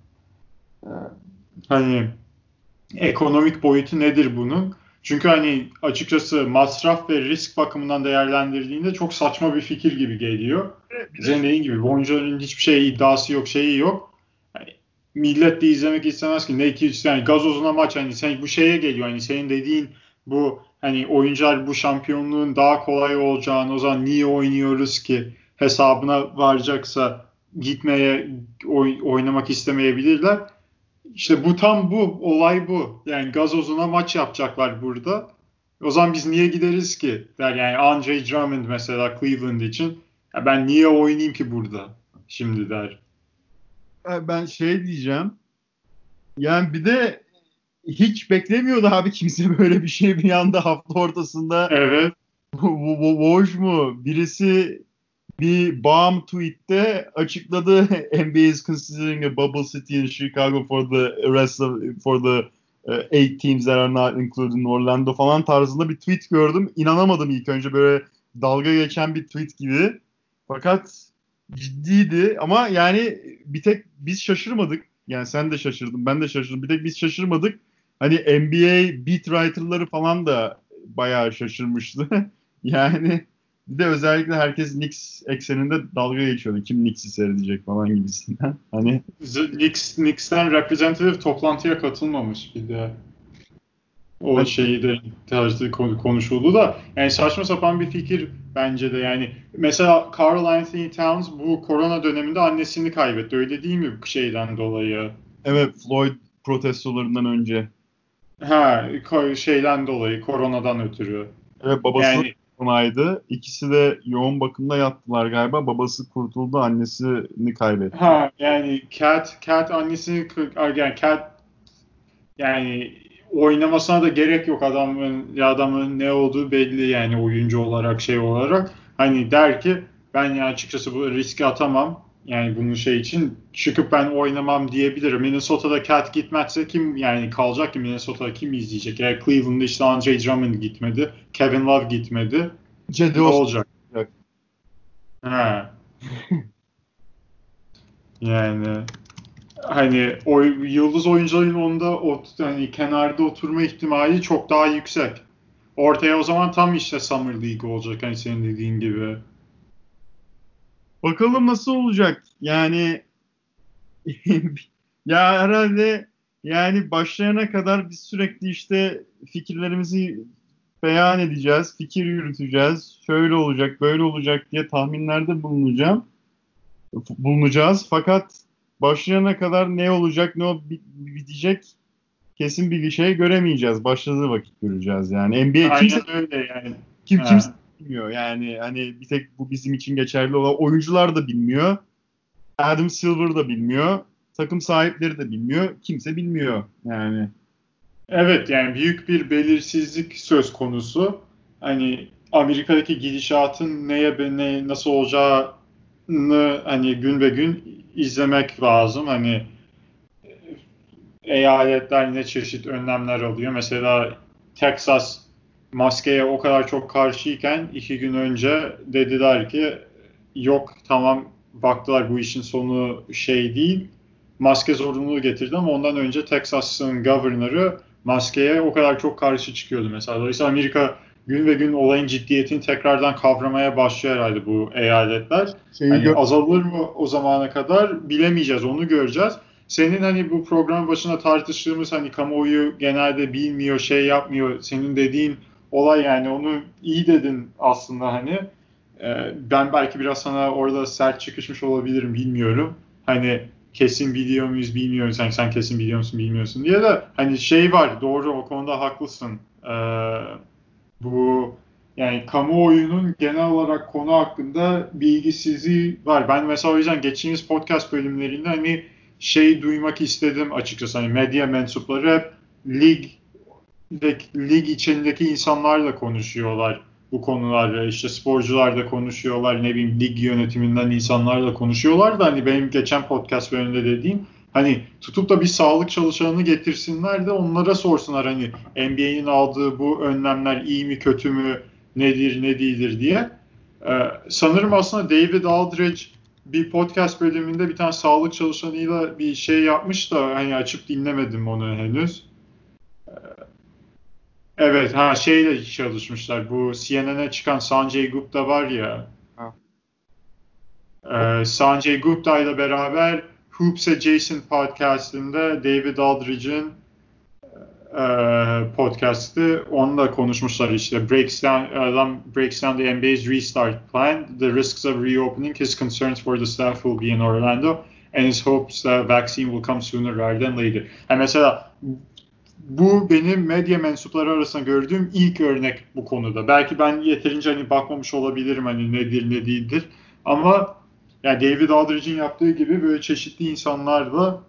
Hani ekonomik boyutu nedir bunun? Çünkü hani açıkçası masraf ve risk bakımından değerlendirdiğinde çok saçma bir fikir gibi geliyor. Senin dediğin gibi bu oyuncuların hiçbir şey iddiası yok, şeyi yok. Yani millet de izlemek istemez ki. Ne ki yani gazozuna maç, hani sen bu şeye geliyor, hani senin dediğin bu hani oyuncular bu şampiyonluğun daha kolay olacağını, o zaman niye oynuyoruz ki hesabına varacaksa gitmeye oynamak istemeyebilirler. İşte bu tam bu. Olay bu. Yani gazozuna maç yapacaklar burada. O zaman biz niye gideriz ki? Der yani Andre Drummond mesela Cleveland için. Ya ben niye oynayayım ki burada? Şimdi der. ben diyeceğim. Yani bir de hiç beklemiyordu abi kimse böyle bir şey bir anda hafta ortasında. Evet. Woj mu? Birisi bir bomb tweette açıkladı. NBA is considering a bubble city in Chicago for the 8 teams that are not included in Orlando falan tarzında bir tweet gördüm. İnanamadım ilk önce, böyle dalga geçen bir tweet gibi. Fakat ciddiydi ama yani bir tek biz şaşırmadık. Yani sen de şaşırdın, ben de şaşırdım. Bir tek biz şaşırmadık. Hani NBA beat writer'ları falan da bayağı şaşırmıştı. Yani bir de özellikle herkes Knicks ekseninde dalga geçiyordu. Kim Knicks'i seyredecek falan gibisinden. Hani Knicks'ten representative toplantıya katılmamış bir de. O şeyi de tarzı konuşuldu da yani saçma sapan bir fikir bence de yani. Mesela Karl Anthony Towns bu korona döneminde annesini kaybetti. Öyle değil mi şeyden dolayı? Evet, Floyd protestolarından önce. Ha, şeyden dolayı, koronadan ötürü. Evet, babası Yani onaydı. İkisi de yoğun bakımda yattılar galiba. Babası kurtuldu, annesini kaybetti. ha yani Cat annesini yani Cat yani oynamasına da gerek yok, adamın ne olduğu belli yani oyuncu olarak şey olarak. Hani der ki ben ya açıkçası bu riski atamam. Yani bunun şey için çıkıp ben oynamam diyebilirim. Minnesota'da Cat gitmezse kim yani kalacak ki Minnesota'da kim izleyecek? Yani Cleveland'da işte Andre Drummond gitmedi. Kevin Love gitmedi. Cedi Ne Osman olacak? olacak. Ha, yani hani o yıldız oyuncuların onda hani kenarda oturma ihtimali çok daha yüksek. Ortaya o zaman tam işte Summer League olacak hani senin dediğin gibi. Bakalım nasıl olacak? Yani ya herhalde yani başlayana kadar biz sürekli işte fikirlerimizi beyan edeceğiz, fikir yürüteceğiz. Şöyle olacak, böyle olacak diye tahminlerde bulunacağız. Fakat başlayana kadar ne olacak, bitecek kesin bir şey göremeyeceğiz. Başladığı vakit göreceğiz yani. NBA Aynen öyle yani. kimse Ha. bilmiyor. Yani hani bir tek bu bizim için geçerli olan oyuncular da bilmiyor. Adam Silver da bilmiyor. Takım sahipleri de bilmiyor. Kimse bilmiyor yani. Evet yani büyük bir belirsizlik söz konusu. Hani Amerika'daki gidişatın nasıl olacağını hani gün be gün izlemek lazım. Hani eyaletler ne çeşit önlemler alıyor. Mesela Texas maskeye o kadar çok karşıyken 2 gün önce dediler ki yok tamam, baktılar bu işin sonu şey değil. Maske zorunluluğu getirdi ama ondan önce Texas'ın governor'ı maskeye o kadar çok karşı çıkıyordu mesela. Dolayısıyla Amerika gün ve gün olayın ciddiyetini tekrardan kavramaya başlıyor herhalde bu eyaletler. Şeyi Hani gör azalır mı o zamana kadar bilemeyeceğiz, onu göreceğiz. Senin hani bu program başına tartıştığımız hani kamuoyu genelde bilmiyor, şey yapmıyor. Senin dediğin olay yani onu iyi dedin aslında hani. Ben belki biraz sana orada sert çıkışmış olabilirim, bilmiyorum. Hani kesin biliyor muyuz bilmiyoruz. Sen kesin biliyor musun bilmiyorsun diye de hani şey var, doğru, o konuda haklısın. Bu yani kamuoyunun genel olarak konu hakkında bilgisizliği var. Ben mesela o yüzden geçtiğimiz podcast bölümlerinde hani şey duymak istedim açıkçası. Hani medya mensupları hep lig lig içindeki insanlarla konuşuyorlar bu konularla. İşte sporcular da konuşuyorlar, ne bileyim lig yönetiminden insanlarla konuşuyorlar da hani benim geçen podcast bölümünde dediğim hani tutup da bir sağlık çalışanını getirsinler de onlara sorsunlar hani NBA'nin aldığı bu önlemler iyi mi kötü mü, nedir ne değildir diye. Sanırım aslında David Aldridge bir podcast bölümünde bir tane sağlık çalışanıyla bir şey yapmış da hani açıp dinlemedim onu henüz. Evet, ha şeyle çalışmışlar. Bu CNN'e çıkan Sanjay Gupta var ya. Ha. Sanjay Gupta ile beraber Hoops Adjacent podcastında David Aldridge'in podcast'ı. Onunla konuşmuşlar işte. Adam breaks down the NBA's restart plan, the risks of reopening, his concerns for the staff will be in Orlando, and his hopes that vaccine will come sooner rather than later. Yani mesela bu benim medya mensupları arasında gördüğüm ilk örnek bu konuda. Belki ben yeterince hani bakmamış olabilirim hani nedir ne değildir. Ama yani David Aldridge'in yaptığı gibi böyle çeşitli insanlarla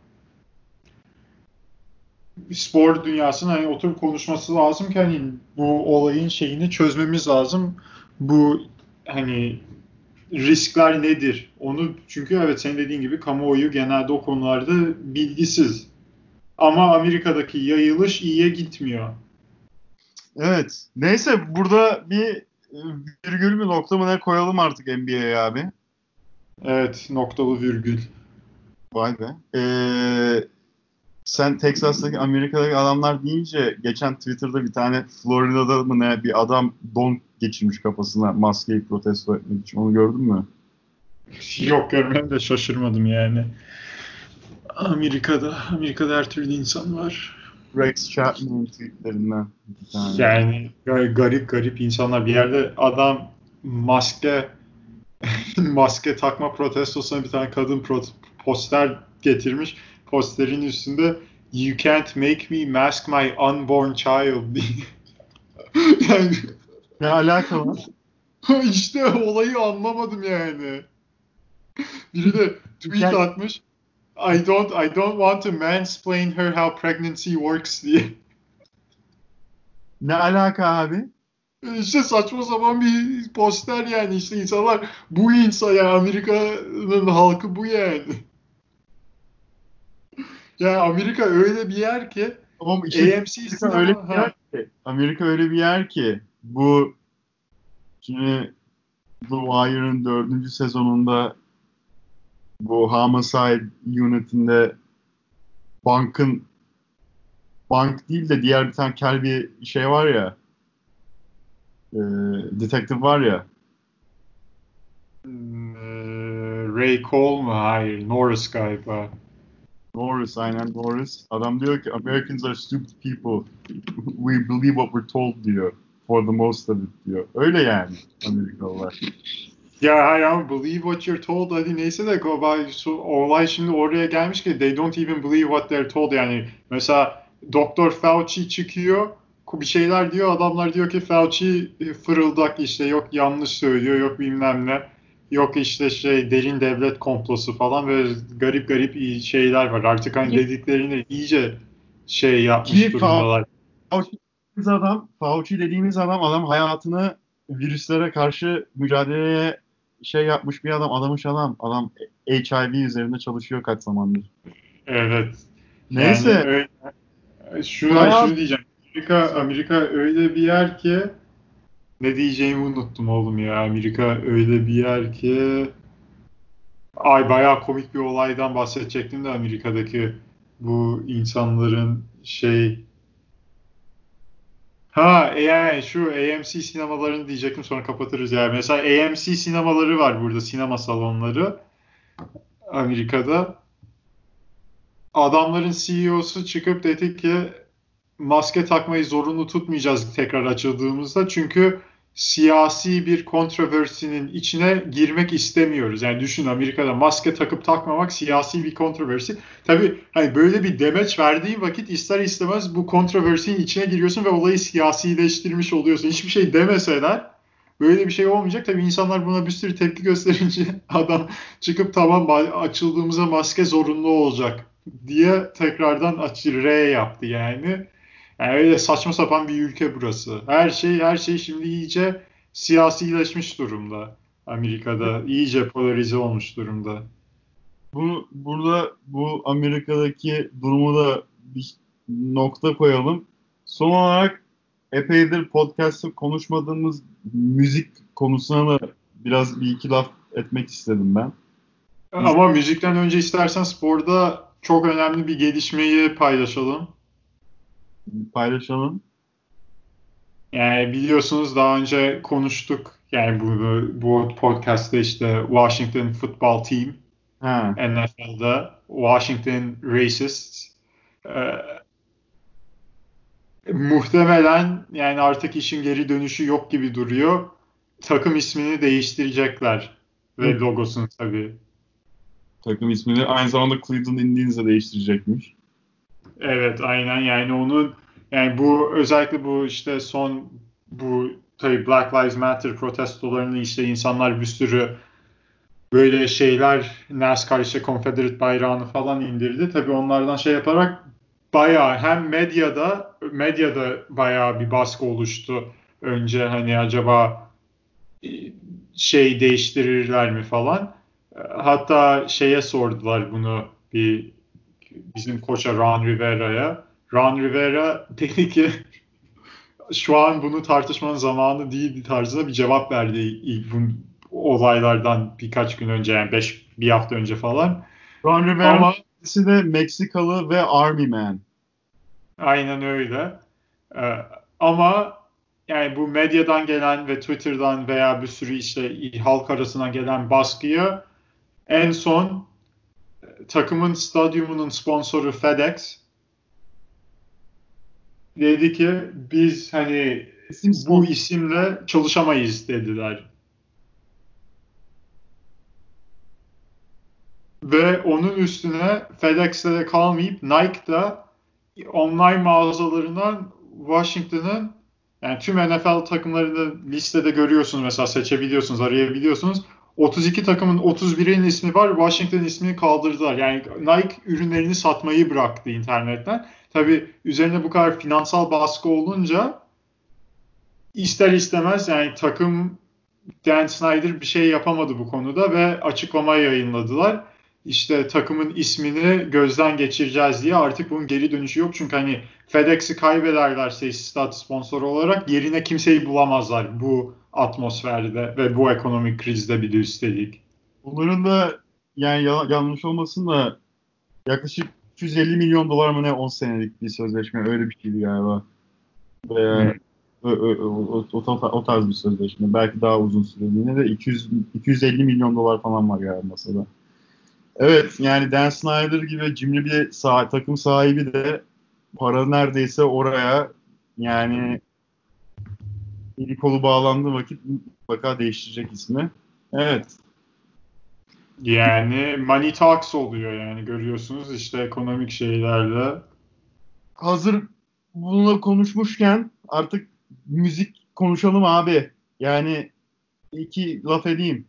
spor dünyasının hani oturup konuşması lazım ki hani bu olayın şeyini çözmemiz lazım. Bu hani riskler nedir? Onu çünkü evet senin dediğin gibi kamuoyu genelde o konularda bilgisiz. Ama Amerika'daki yayılış iyiye gitmiyor. Evet. Neyse burada bir virgül mü nokta mı ne koyalım artık NBA'ye abi. Evet, noktalı virgül. Vay be. Sen Texas'taki Amerika'daki adamlar deyince geçen Twitter'da bir tane Florida'da mı ne bir adam don geçirmiş kafasına maskeyi protesto etmek için. Onu gördün mü? Yok, görmem de şaşırmadım yani. Amerika'da her türlü insan var. Rex Chapman tweetlerinden bir tane. Yani garip garip insanlar. Bir yerde adam maske takma protestosuna bir tane kadın poster getirmiş. Posterin üstünde "You can't make me mask my unborn child" diye. Yani Ne alaka var? işte olayı anlamadım yani. Biri de tweet atmış. I don't want to mansplain her how pregnancy works diye. Ne alaka abi? İşte saçma sapan bir poster yani, işte insanlar bu insan yani, Amerika'nın halkı bu yani. Yani Amerika öyle bir yer ki Ama işte AMC Amerika öyle sinema bir yer ki. Amerika öyle bir yer ki. Bu şimdi The Wire'ın 4. sezonunda bu Homicide Unit'inde bank değil de diğer bir tane kel bir şey var ya, detective var ya. Ray Cole mu? Hayır. Norris galiba. Norris, aynen Norris. Adam diyor ki Americans are stupid people. We believe what we're told diyor. For the most of it diyor. Öyle yani Amerikalılar. Ya hayır ama believe what you're told, hadi neyse de olay şimdi oraya gelmiş ki they don't even believe what they're told yani. Mesela Doktor Fauci çıkıyor, bir şeyler diyor, adamlar diyor ki Fauci fırıldak, işte yok yanlış söylüyor, yok bilmem ne, yok işte derin devlet komplosu falan, böyle garip garip şeyler var artık, hani dediklerini iyice yapmış Ki durumdalar. Fauci dediğimiz adam hayatını virüslere karşı mücadeleye yapmış bir adam, adamış adam. Adam HIV üzerinde çalışıyor kaç zamandır. Evet. Yani Neyse, öyle, şunu bayağı diyeceğim. Amerika öyle bir yer ki, ne diyeceğimi unuttum oğlum ya. Amerika öyle bir yer ki, bayağı komik bir olaydan bahsedecektim de, Amerika'daki bu insanların yani şu AMC sinemalarını diyecektim, sonra kapatırız yani. Mesela AMC sinemaları var burada, sinema salonları Amerika'da. Adamların CEO'su çıkıp dedi ki maske takmayı zorunlu tutmayacağız tekrar açıldığımızda, çünkü siyasi bir kontroversinin içine girmek istemiyoruz. Yani düşün, Amerika'da maske takıp takmamak siyasi bir kontroversi. Tabii hani böyle bir demeç verdiğin vakit ister istemez bu kontroversinin içine giriyorsun ve olayı siyasileştirmiş oluyorsun. Hiçbir şey demeseler böyle bir şey olmayacak. Tabii insanlar buna bir sürü tepki gösterince adam çıkıp tamam açıldığımızda maske zorunlu olacak diye tekrardan R yaptı yani. Yani öyle saçma sapan bir ülke burası. Her şey şimdi iyice siyasileşmiş durumda. Amerika'da iyice polarize olmuş durumda. burada bu Amerika'daki durumu da bir nokta koyalım. Son olarak epeydir podcast'ta konuşmadığımız müzik konusuna da biraz bir iki laf etmek istedim ben. Ama müzikten önce istersen sporda çok önemli bir gelişmeyi paylaşalım. Paylaşalım. Yani biliyorsunuz daha önce konuştuk. Yani bu podcast'te işte Washington Football Team, Ha. NFL'da Washington Racists. Muhtemelen yani artık işin geri dönüşü yok gibi duruyor. Takım ismini değiştirecekler ve logosunu tabii. Takım ismini aynı zamanda Cleveland Indians'a değiştirecekmiş. Evet, aynen yani yani bu özellikle bu işte bu tabii Black Lives Matter protestolarını, işte insanlar bir sürü böyle şeyler, NASCAR işte Confederate bayrağını falan indirdi. Tabii onlardan yaparak bayağı hem medyada bayağı bir baskı oluştu. Önce hani acaba değiştirirler mi falan. Hatta sordular bunu bizim koça Ron Rivera'ya. Ron Rivera dedi ki şu an bunu tartışmanın zamanı değil tarzında bir cevap verdi ilk bu olaylardan birkaç gün önce, yani bir hafta önce falan. Ron Rivera'nın Ama ikisi de Meksikalı ve Army Man. aynen öyle. Ee, ama yani bu medyadan gelen ve Twitter'dan veya bir sürü işte halk arasından gelen baskıyı en son takımın stadyumunun sponsoru FedEx Dedi ki biz hani İsim bu spor. isimle çalışamayız dediler. Ve onun üstüne FedEx'te de kalmayıp Nike da online mağazalarından Washington'ın, yani tüm NFL takımlarını listede görüyorsunuz, mesela seçebiliyorsunuz, arayabiliyorsunuz. 32 takımın 31'inin ismi var. Washington ismini kaldırdılar. Yani Nike ürünlerini satmayı bıraktı internetten. Tabii üzerine bu kadar finansal baskı olunca ister istemez yani takım, Dan Snyder bir şey yapamadı bu konuda ve açıklama yayınladılar. İşte takımın ismini gözden geçireceğiz diye, artık bunun geri dönüşü yok. Çünkü hani FedEx'i kaybederlerse stat sponsoru olarak yerine kimseyi bulamazlar bu atmosferde ve bu ekonomik krizde bir de üstelik. Bunların da yani yanlış olmasın da yaklaşık 250 milyon dolar mı ne 10 senelik bir sözleşme öyle bir şeydi galiba. Veya o tarz bir sözleşme. Belki daha uzun süreliğine de 250 milyon dolar falan var galiba masada. Evet yani Dan Snyder gibi cimri bir takım sahibi de para neredeyse oraya yani eli kolu bağlandığı vakit mutlaka değiştirecek ismi. Evet. Yani money talks oluyor, yani görüyorsunuz işte ekonomik şeylerle. Hazır bununla konuşmuşken artık müzik konuşalım abi. Yani iki laf edeyim.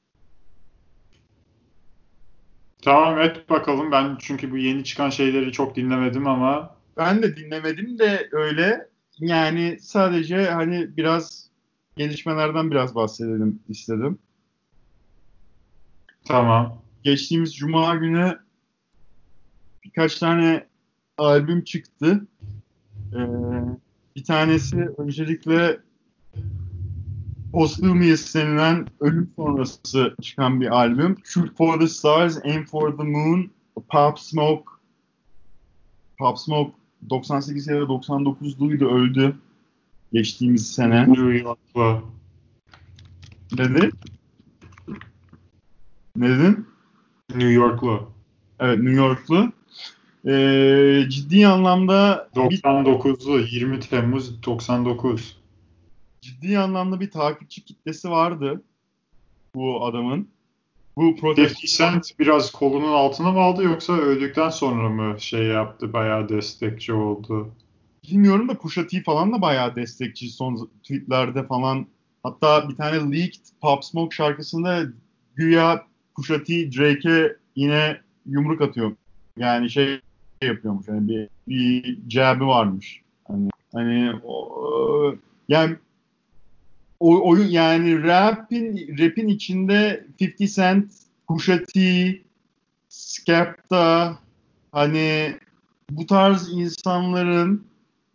Tamam, et bakalım, ben çünkü bu yeni çıkan şeyleri çok dinlemedim ama Ben de dinlemedim de öyle. Yani sadece hani biraz gelişmelerden biraz bahsedelim istedim. tamam. Geçtiğimiz Cuma günü birkaç tane albüm çıktı. Ee, bir tanesi öncelikle Posthumous denilen ölüm sonrası çıkan bir albüm. Shoot for the Stars, Aim for the Moon, Pop Smoke. Pop Smoke 98 ya da 99'luydu, öldü geçtiğimiz sene. New York'la. Dedi? Ne dedin? New York'lu. Evet, New Yorklu. Ciddi anlamda bir 99'lu, 20 Temmuz 99. ciddi anlamda bir takipçi kitlesi vardı bu adamın. Bu protesto 50 Cent biraz kolunun altına mı aldı, yoksa öldükten sonra mı şey yaptı, bayağı destekçi oldu? bilmiyorum da Pusha T falan da bayağı destekçi son tweetlerde falan. Hatta bir tane leaked Pop Smoke şarkısında güya Pusha T Drake'e yine yumruk atıyor. Yani şey yapıyormuş. Yani bir jab'i varmış. Hani yani oyun yani rap'in içinde 50 Cent, Pusha T, Skepta, hani bu tarz insanların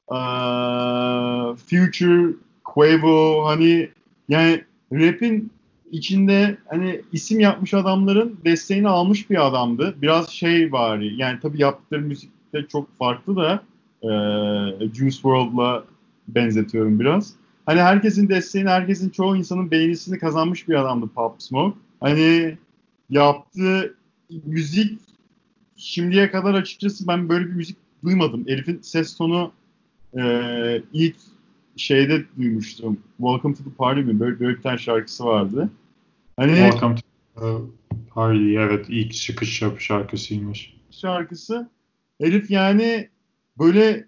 Future, Quavo, hani yani rap'in içinde hani isim yapmış adamların desteğini almış bir adamdı. Biraz şey var yani tabii yaptıkları müzik de çok farklı da Juice WRLD'la benzetiyorum biraz. Hani herkesin desteğini, herkesin çoğu insanın beğenisini kazanmış bir adamdı Pop Smoke. Hani yaptığı müzik şimdiye kadar açıkçası ben böyle bir müzik duymadım. Elif'in ses tonu ilk şeyde duymuştum. Welcome to the Party mi? Böyle bir tane şarkısı vardı. Hani Welcome to the Party. Evet, ilk çıkış şarkısıymış. şarkısı Elif yani böyle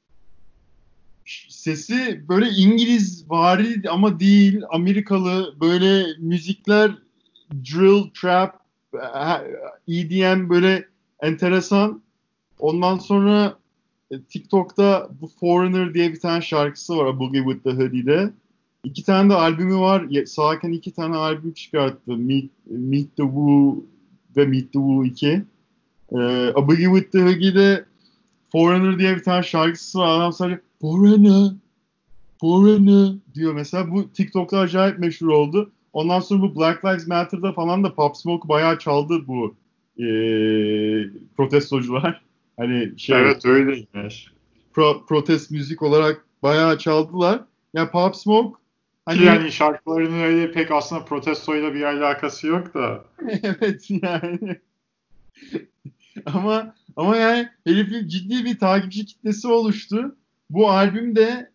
sesi böyle İngiliz vari ama değil, Amerikalı böyle müzikler, drill, trap, EDM böyle enteresan. Ondan sonra TikTok'ta bu Foreigner diye bir tane şarkısı var, A Boogie with the Hoodie'de. İki tane de albümü var. Sağken iki tane albüm çıkarttı. Meet the Woo ve Meet the Woo 2. A Boogie with the Hoodie'de Foreigner diye bir tane şarkısı var. Adam sadece Foreigner, Foreigner diyor mesela. Bu TikTok'ta acayip meşhur oldu. Ondan sonra bu Black Lives Matter'da falan da Pop Smoke bayağı çaldı bu e, protestocular. Hani şey Evet, öyleymiş. protest müzik olarak bayağı çaldılar. Ya Pop Smoke Ki hani yani şarkılarının öyle pek aslında protestoyla bir alakası yok da. evet yani ama yani herifin ciddi bir takipçi kitlesi oluştu. Bu albüm de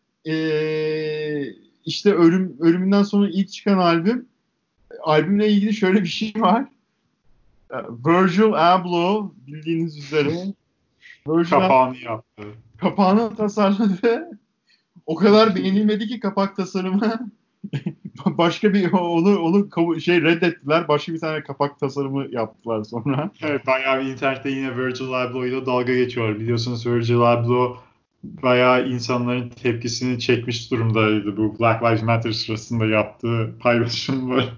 işte ölümünden sonra ilk çıkan albüm. Albümle ilgili şöyle bir şey var. Virgil Abloh bildiğiniz üzere Virgil Abloh Kapağını yaptı. kapağını tasarladı. O kadar beğenilmedi ki kapak tasarımı. Başka bir onu reddettiler. Başka bir tane kapak tasarımı yaptılar sonra. Evet, bayağı internette yine Virgil Abloh'uyla dalga geçiyor. Biliyorsunuz Virgil Abloh bayağı insanların tepkisini çekmiş durumdaydı bu Black Lives Matter sırasında yaptığı paylaşımlar.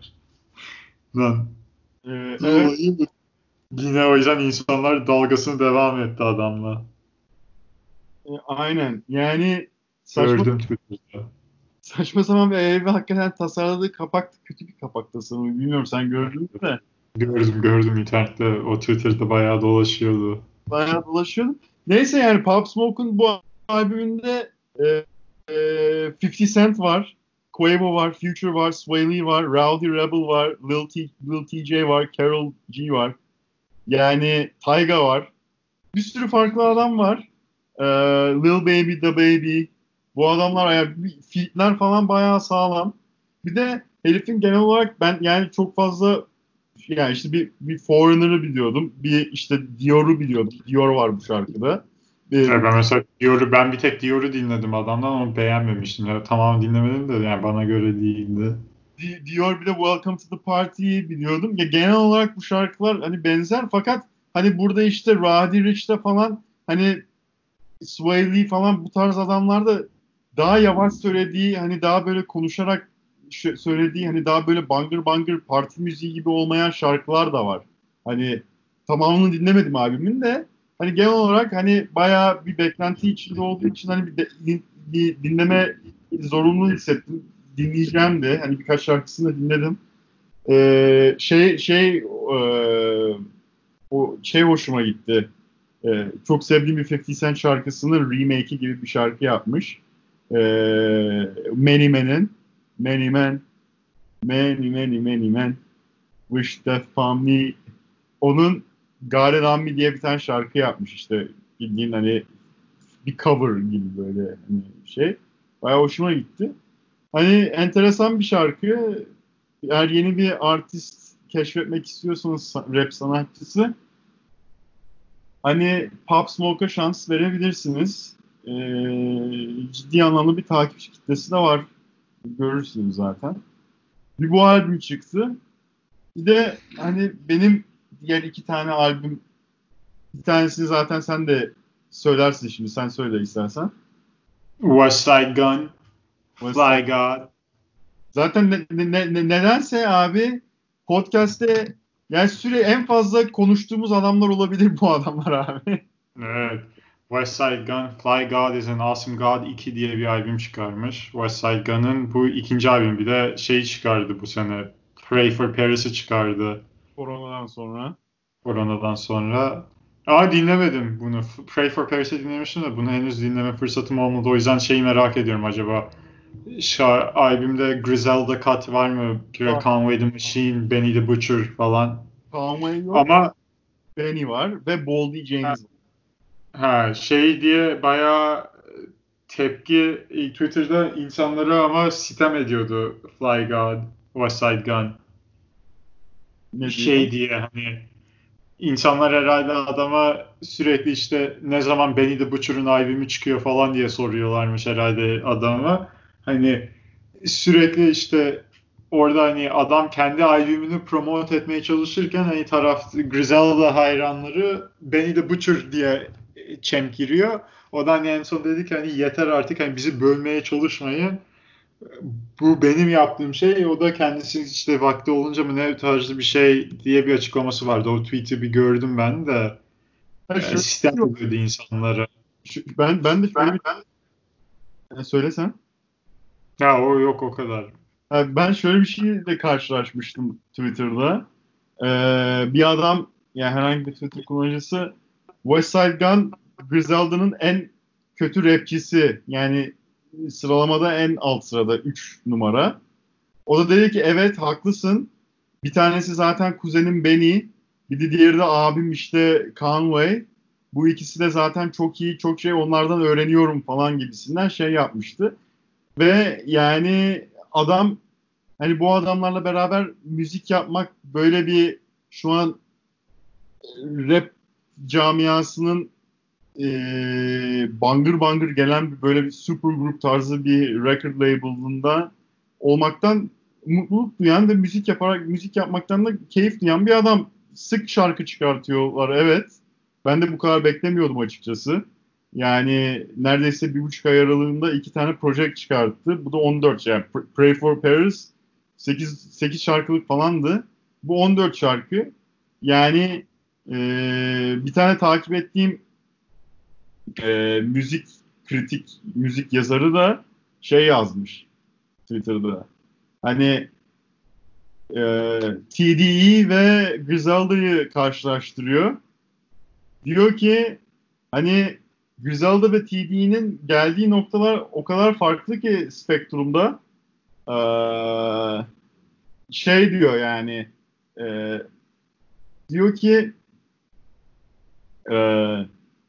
Evet. Dolayı yine o yüzden insanlar dalgasını devam etti adamla. Aynen. Yani Gördüm Twitter'da. saçma sapan bir evi hakikaten tasarladığı kapak kötü bir kapak tasarımı. Bilmiyorum sen gördün mü de. Gördüm internette. O Twitter'da bayağı dolaşıyordu. Bayağı dolaşıyordum. Neyse yani Pop Smoke'un bu albümünde 50 Cent var. Quavo var, Future var, Sway Lee var, Rowdy Rebel var, Lil TJ var, Karol G var. Yani Tyga var. Bir sürü farklı adam var. Lil Baby, The Baby. Bu adamlar yani feat'ler falan bayağı sağlam. Bir de herifin genel olarak ben yani çok fazla yani işte bir Foreigner'ı biliyordum. Bir işte Dior'u biliyordum. Dior var bu şarkıda. Ben mesela ben bir tek Dior'u dinledim adamdan, onu beğenmemiştim. Ya, tamam dinlemedim de yani bana göre değildi. Dior bir de Welcome to the Party'yi biliyordum. Ya genel olarak bu şarkılar hani benzer fakat hani burada işte Roddy Ricch'te falan hani Sway Lee falan bu tarz adamlar da daha yavaş söylediği hani daha böyle konuşarak söylediği hani daha böyle bangır bangır parti müziği gibi olmayan şarkılar da var. Hani tamamını dinlemedim albümün de hani genel olarak hani bayağı bir beklenti içinde olduğu için hani bir dinleme zorunluluğu hissettim. Dinleyeceğim de hani birkaç şarkısını da dinledim. Ee, şey şey e, o şey hoşuma gitti. Çok sevdiğim bir 50 Cent şarkısının remake'i gibi bir şarkı yapmış. Ee, Many Men'in Many Men Many Men Wish Death Upon Me, onun Gare Rammi diye bir tane şarkı yapmış işte bildiğin hani bir cover gibi böyle hani şey. Bayağı hoşuma gitti. Hani enteresan bir şarkı. Eğer yeni bir artist keşfetmek istiyorsanız rap sanatçısı hani Pop Smoke'a şans verebilirsiniz. Ciddi anlamda bir takipçi kitlesi de var. Görürsünüz zaten. Bir bu albüm çıktı. Bir de hani benim diğer iki tane albüm, bir tanesini zaten sen de söylersin şimdi. Sen söyle istersen. West Side Gun, Mesela Fly God. zaten nedense abi podcast'te yani en fazla konuştuğumuz adamlar olabilir bu adamlar abi. Evet. West Side Gun, Fly God is an Awesome God 2 diye bir albüm çıkarmış. West Side Gun'ın bu ikinci albüm. Bir de şey çıkardı bu sene. Pray for Paris'ı çıkardı Koronadan sonra. koronadan sonra. Aa, dinlemedim bunu. Pray for Paris'i dinlemiştim de bunu henüz dinleme fırsatım olmadı. O yüzden şeyi merak ediyorum, acaba albümde Griselda Cut var mı? Conway the Machine, Benny the Butcher falan. Conway yok. Ama Benny var ve Boldy James var. şey diye bayağı tepki Twitter'da insanlara ama sitem ediyordu Fly God, West Side Gun. Ne diye? Şey diye hani insanlar herhalde adama sürekli işte ne zaman Benny the Butcher'ın albümü çıkıyor falan diye soruyorlarmış herhalde adama. Hani sürekli işte orada hani adam kendi albümünü promote etmeye çalışırken hani Griselda hayranları Benny the Butcher diye çemkiriyor. O da hani en son dedi ki hani yeter artık, hani bizi bölmeye çalışmayın. Bu benim yaptığım şey. O da kendisi işte vakti olunca mı ne tarzı bir şey diye bir açıklaması vardı. O tweet'i bir gördüm ben de. Ha, şöyle Sistem bir şey yok. ediyordu insanlara. Ben de şöyle bir söylesen. Ya o yok, o kadar. Ben şöyle bir şeyle karşılaşmıştım Twitter'da. Bir adam yani herhangi bir Twitter kullanıcısı West Side Gun Griselda'nın en kötü rapçisi yani sıralamada en alt sırada 3 numara. O da dedi ki evet haklısın. Bir tanesi zaten kuzenim Benny. Bir de diğeri de abim işte Conway. Bu ikisi de zaten çok iyi, çok şey onlardan öğreniyorum falan gibisinden şey yapmıştı. Ve yani adam hani bu adamlarla beraber müzik yapmak böyle bir şu an rap camiasının bangır bangır gelen böyle bir super grup tarzı bir record label'ında olmaktan mutluluk duyan ve müzik yapmaktan da keyif duyan bir adam. Sık şarkı çıkartıyorlar, evet. Ben de bu kadar beklemiyordum açıkçası. Yani neredeyse 1,5 ay aralığında 2 tane proje çıkarttı. Bu da 14 yani Pray for Paris 8 şarkılık falandı. Bu 14 şarkı. Yani bir tane takip ettiğim müzik müzik yazarı da şey yazmış Twitter'da. Hani TDE ve Griselda'yı karşılaştırıyor. Diyor ki hani Griselda ve TDE'nin geldiği noktalar o kadar farklı ki spektrumda. Şey diyor yani e, diyor ki e,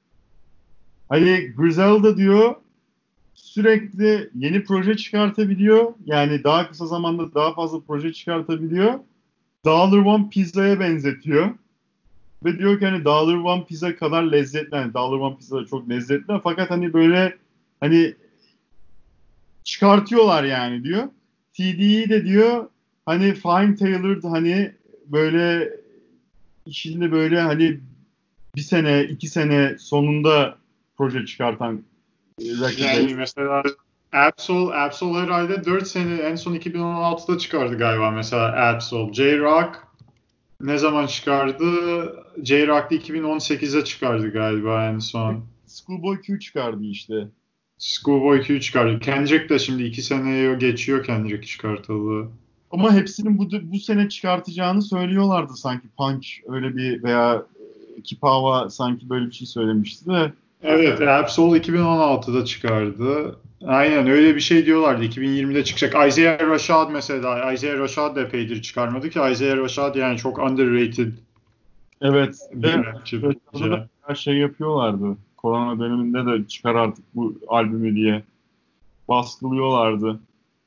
hani Griselda diyor sürekli yeni proje çıkartabiliyor. Yani daha kısa zamanda daha fazla proje çıkartabiliyor. Dollar One Pizza'ya benzetiyor. Ve diyor ki hani Dollar One Pizza kadar lezzetli. Yani Dollar One Pizza da çok lezzetli. Fakat hani böyle hani çıkartıyorlar yani diyor. TDE de diyor hani fine tailored hani böyle içinde böyle hani 1 sene 2 sene sonunda proje çıkartan Yani mesela Absol herhalde 4 sene en son 2016'da çıkardı galiba mesela Absol. J-Rock ne zaman çıkardı? J-Rock da 2018'de çıkardı galiba en son. Schoolboy Q çıkardı işte. Schoolboy Q çıkardı. Kendrick de şimdi 2 seneye geçiyor Kendrick çıkartalı. Ama hepsinin bu sene çıkartacağını söylüyorlardı sanki. Punch öyle bir veya Kipawa sanki böyle bir şey söylemişti de. Evet, Absol 2016'da çıkardı. Aynen öyle bir şey diyorlardı. 2020'de çıkacak. Isaiah Rashad mesela. Isaiah Rashad da epeydir çıkarmadı ki. Isaiah Rashad yani çok underrated Evet bir ve rapçi orada da bence. her şey yapıyorlardı. Korona döneminde de çıkar artık bu albümü diye baskılıyorlardı.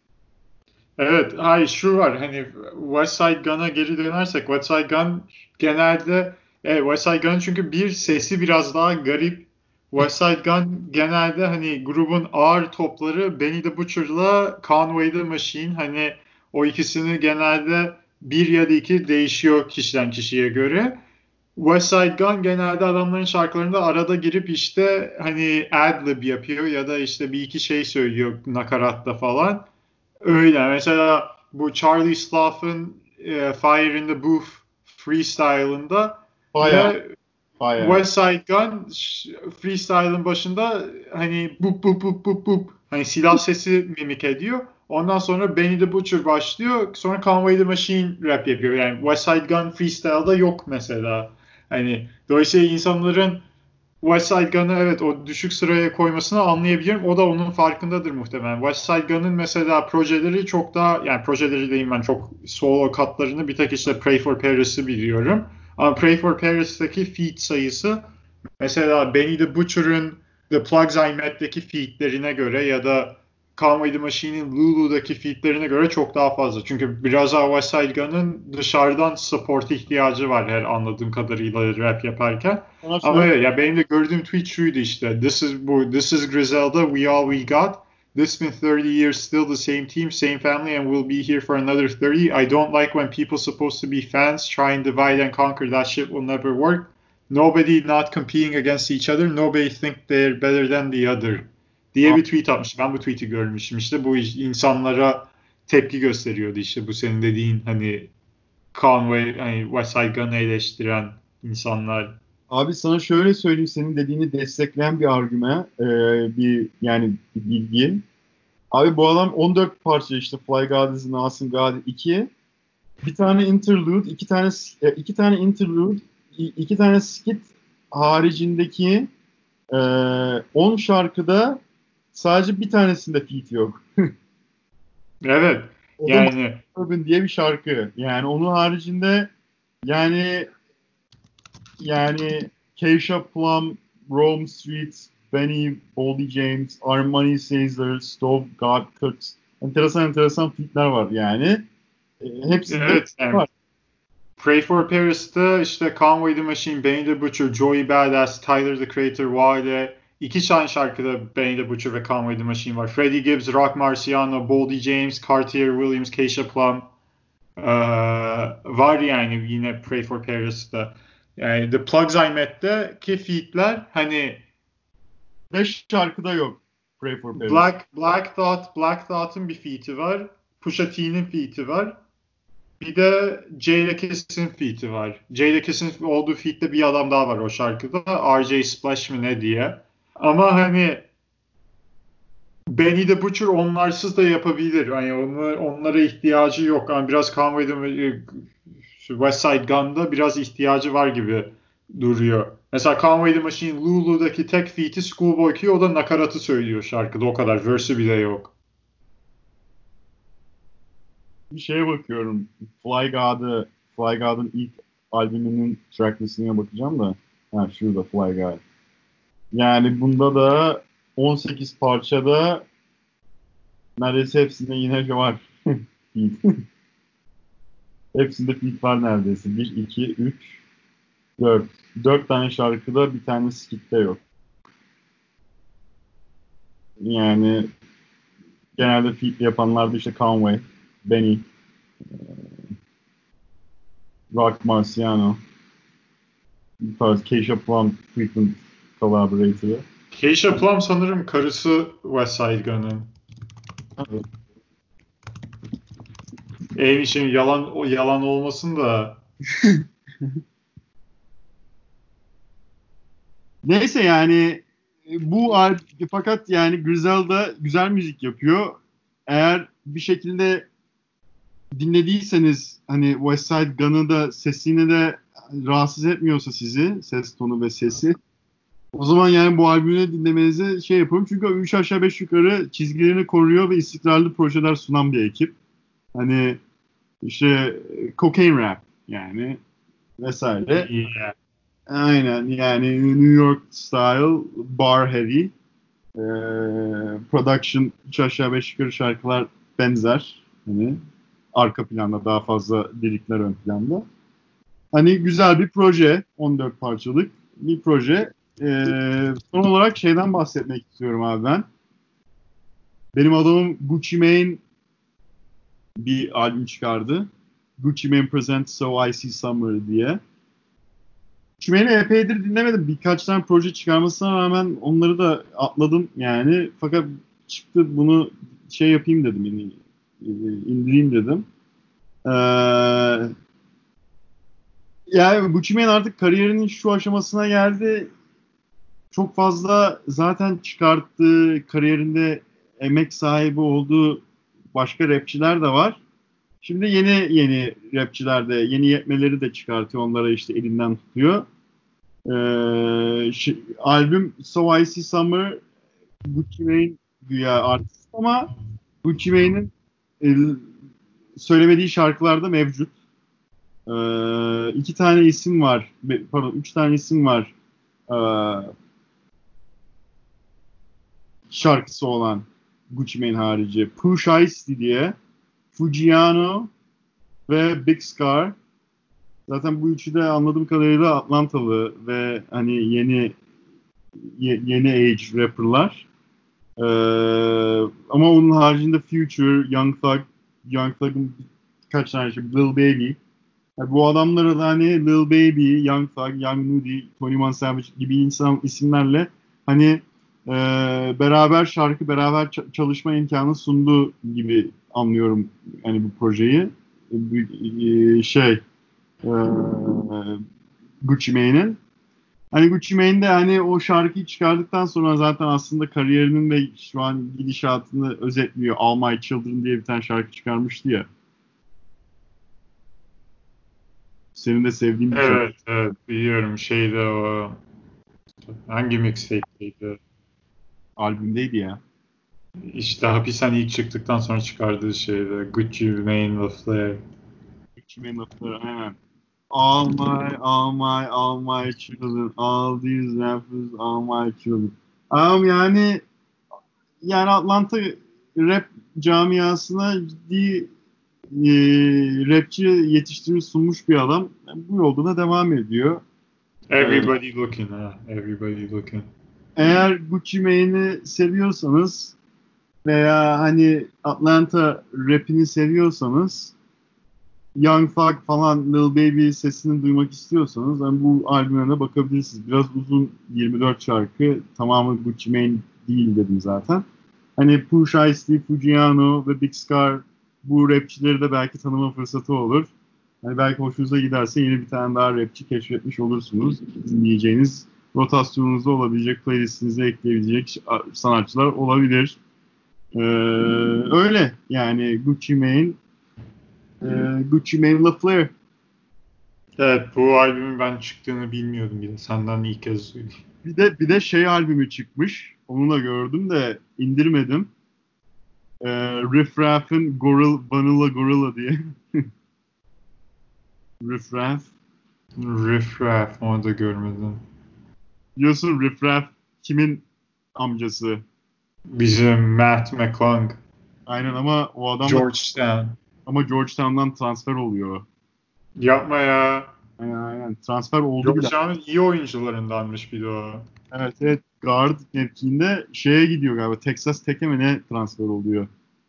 Evet, hayır şu var hani West Side Gun'a geri dönersek West Side Gun genelde West Side Gun çünkü bir sesi biraz daha garip. West Side Gun genelde hani grubun ağır topları Benny the Butcher'la Conway the Machine hani o ikisini genelde bir ya da iki değişiyor kişiden kişiye göre. West Side Gun genelde adamların şarkılarında arada girip işte hani ad-lib yapıyor ya da işte bir iki şey söylüyor nakaratta falan. Öyle. Mesela bu Charlie Sloth'ın Fire in the Booth freestyle'ında Baya ve baya. West Side Gun freestyle'ın başında hani bup bup bup bup bup hani silah sesi mimik ediyor. Ondan sonra Benny the Butcher başlıyor. Sonra Conway the Machine rap yapıyor. Yani West Side Gun freestyle'da yok mesela. Hani dolayısıyla insanların West Side Gun'ı evet o düşük sıraya koymasını anlayabilirim. O da onun farkındadır muhtemelen. West Side Gun'ın mesela projeleri çok daha yani projeleri diyeyim ben çok solo katlarını bir tek işte Pray for Paris'i biliyorum. Ama Pray for Paris'teki feat sayısı mesela Benny the Butcher'ın The Plugs I Met'teki featlerine göre ya da Conway the Machine'in Lulu'daki featlerine göre çok daha fazla. Çünkü biraz daha West Side Gun'ın dışarıdan support ihtiyacı var her anladığım kadarıyla rap yaparken. Sana Ama şöyle evet, ya benim de gördüğüm tweet şuydu işte. This is Griselda, we all we got. This been 30 years, still the same team, same family, and we'll be here for another 30. I don't like when people supposed to be fans try and divide and conquer. That shit will never work. Nobody not competing against each other. Nobody think they're better than the other. Diye bir tweet atmış. Ben bu tweet'i görmüşüm işte. Bu insanlara tepki gösteriyordu işte. Bu senin dediğin hani Conway, hani West Side Gun'ı eleştiren insanlar. abi sana şöyle söyleyeyim senin dediğini destekleyen bir argüman bir yani bir bilgi. Abi bu adam 14 parça işte Fly God is an Awesome God 2. Bir tane interlude, iki tane interlude, iki tane skit haricindeki 10 şarkıda sadece bir tanesinde feat yok. Evet. O da Yani Urban diye bir şarkı. Yani onun haricinde yani yani Keisha Plum Rome Street, Benny, Boldy James, Armani Caesar, Stove, God Cooks. Enteresan fitler var yani. Hepsinde Evet, yani var. Pray for Paris'te işte Conway the Machine, Benny the Butcher, Joey Badass, Tyler the Creator, Wale. İki tane şarkıda Benny the Butcher ve Conway the Machine var. Freddie Gibbs, Rock Marciano, Boldy James, Cartier Williams, Keisha Plum. Var yani yine Pray for Paris'te. Yani The Plugs I Met'teki feat'ler hani 5 şarkıda yok Pray for Paris. Black Thought'un bir feat'i var. Pusha T'nin feat'i var. Bir de Jada Kiss'in feat'i var. Jada Kiss'in olduğu feat'te bir adam daha var o şarkıda. RJ Splash mi ne diye. Ama hani Benny the Butcher onlarsız da yapabilir. Yani onlara ihtiyacı yok. Yani biraz Conway'de West Side Gun'da biraz ihtiyacı var gibi duruyor. Mesela Conway the Machine Lulu'daki tek feat'i Schoolboy Q, o da nakaratı söylüyor şarkıda, o kadar. Verse'ü bile yok. Bir şeye bakıyorum. Fly God'ın ilk albümünün tracklistine bakacağım da. Ha şurada Fly God. Yani bunda da 18 parçada neredeyse hepsinde yine var. Hepsinde feat var neredeyse. 1, 2, 3, 4. 4 tane şarkıda bir tane skitte yok. Yani genelde feat yapanlar da işte Conway, Benny, Rock Marciano, bu tarz Keisha Plum frequent collaborator'ı. Keisha Plum sanırım karısı West Side Gun'ın. Şimdi yalan olmasın da. Neyse yani bu fakat yani Griselda güzel müzik yapıyor. Eğer bir şekilde dinlediyseniz hani West Side Gun'ı da sesini de rahatsız etmiyorsa sizi, ses tonu ve sesi, o zaman yani bu albümü dinlemenizi şey yapıyorum. Çünkü 3 aşağı 5 yukarı çizgilerini koruyor ve istikrarlı projeler sunan bir ekip. Hani işte cocaine rap yani vesaire. Yeah. Aynen yani New York style bar heavy. Production 3 aşağı 5 yukarı şarkılar benzer. Hani arka planda daha fazla lirikler ön planda. Hani güzel bir proje. 14 parçalık bir proje. Son olarak şeyden bahsetmek istiyorum abi ben. Benim adamım Gucci Mane bir albüm çıkardı. Gucci Mane Presents So I See Summer diye. Gucci Mane'i epeydir dinlemedim. Birkaç tane proje çıkarmasına rağmen onları da atladım yani. Fakat çıktı, bunu şey yapayım dedim, yani, indireyim dedim. Yani Gucci Mane artık kariyerinin şu aşamasına geldi. Çok fazla zaten çıkarttığı, kariyerinde emek sahibi olduğu başka rapçiler de var. Şimdi yeni rapçiler de, yeni yetmeleri de çıkartıyor. Onlara işte elinden tutuyor. Albüm So I See Summer, Gucci Mane güya artist ama Gucci Mane'in söylemediği şarkılar da mevcut. 2 tane isim var. Pardon, 3 tane isim var. Şarkısı olan Gucci Mane harici. Push Ice diye, Fujiano ve Big Scar. Zaten bu üçü de anladığım kadarıyla Atlantalı ve hani yeni age rapperlar. Ama onun haricinde Future, Young Thug'ın birkaç tane şey, Lil Baby. Yani bu adamlara da hani Lil Baby, Young Thug, Young Nudy, 21 Savage gibi isimlerle hani beraber çalışma imkanı sundu gibi anlıyorum yani bu projeyi. E, Gucci Mane'in. Hani Gucci Mane de hani o şarkıyı çıkardıktan sonra zaten aslında kariyerinin ve şu an gidişatını özetliyor. All My Children diye bir tane şarkı çıkarmıştı ya. Senin de sevdiğin bir şarkı. Evet, biliyorum. O hangi mixtape'teydi? Albümdeydi ya. İşte hapisten ilk çıktıktan sonra çıkardığı Gucci Mane, La Flare. Gucci Mane lafları aynen. all my children, all these rappers, all my children. Yani Atlanta rap camiasına ciddi rapçi yetiştirmiş sunmuş bir adam. Yani bu yolda da devam ediyor. Everybody looking ha. Everybody looking. Eğer Gucci Mane'i seviyorsanız veya hani Atlanta rapini seviyorsanız Young Thug falan Lil Baby sesini duymak istiyorsanız hani bu albüme de bakabilirsiniz. Biraz uzun 24 şarkı. Tamamı Gucci Mane değil dedim zaten. Hani Pusha T, Fujiano ve Big Scar bu rapçileri de belki tanıma fırsatı olur. Hani belki hoşunuza giderse yeni bir tane daha rapçi keşfetmiş olursunuz. Dinleyeceğiniz rotasyonunuzda olabilecek, playlistinize ekleyebilecek sanatçılar olabilir. Öyle yani Gucci Mane LaFleur. Evet, bu albümün ben çıktığını bilmiyordum bile. Senden ilk kez duydum. Bir de şey albümü çıkmış. Onu da gördüm de indirmedim. Riff Raff'in Vanilla Gorilla diye. Riff Raff. Riff Raff, onu da görmedim. Biliyorsun Riff Raff kimin amcası? Bizim Matt McClung. Aynen ama o adam Georgetown. Ama Georgetown'dan transfer oluyor. Yapma ya. Aynen. Transfer oldu bile. Georgetown'un iyi oyuncularındanmış bir de o. Evet. Guard mevkiinde şeye gidiyor galiba. Texas Tech'e mi ne transfer oluyor?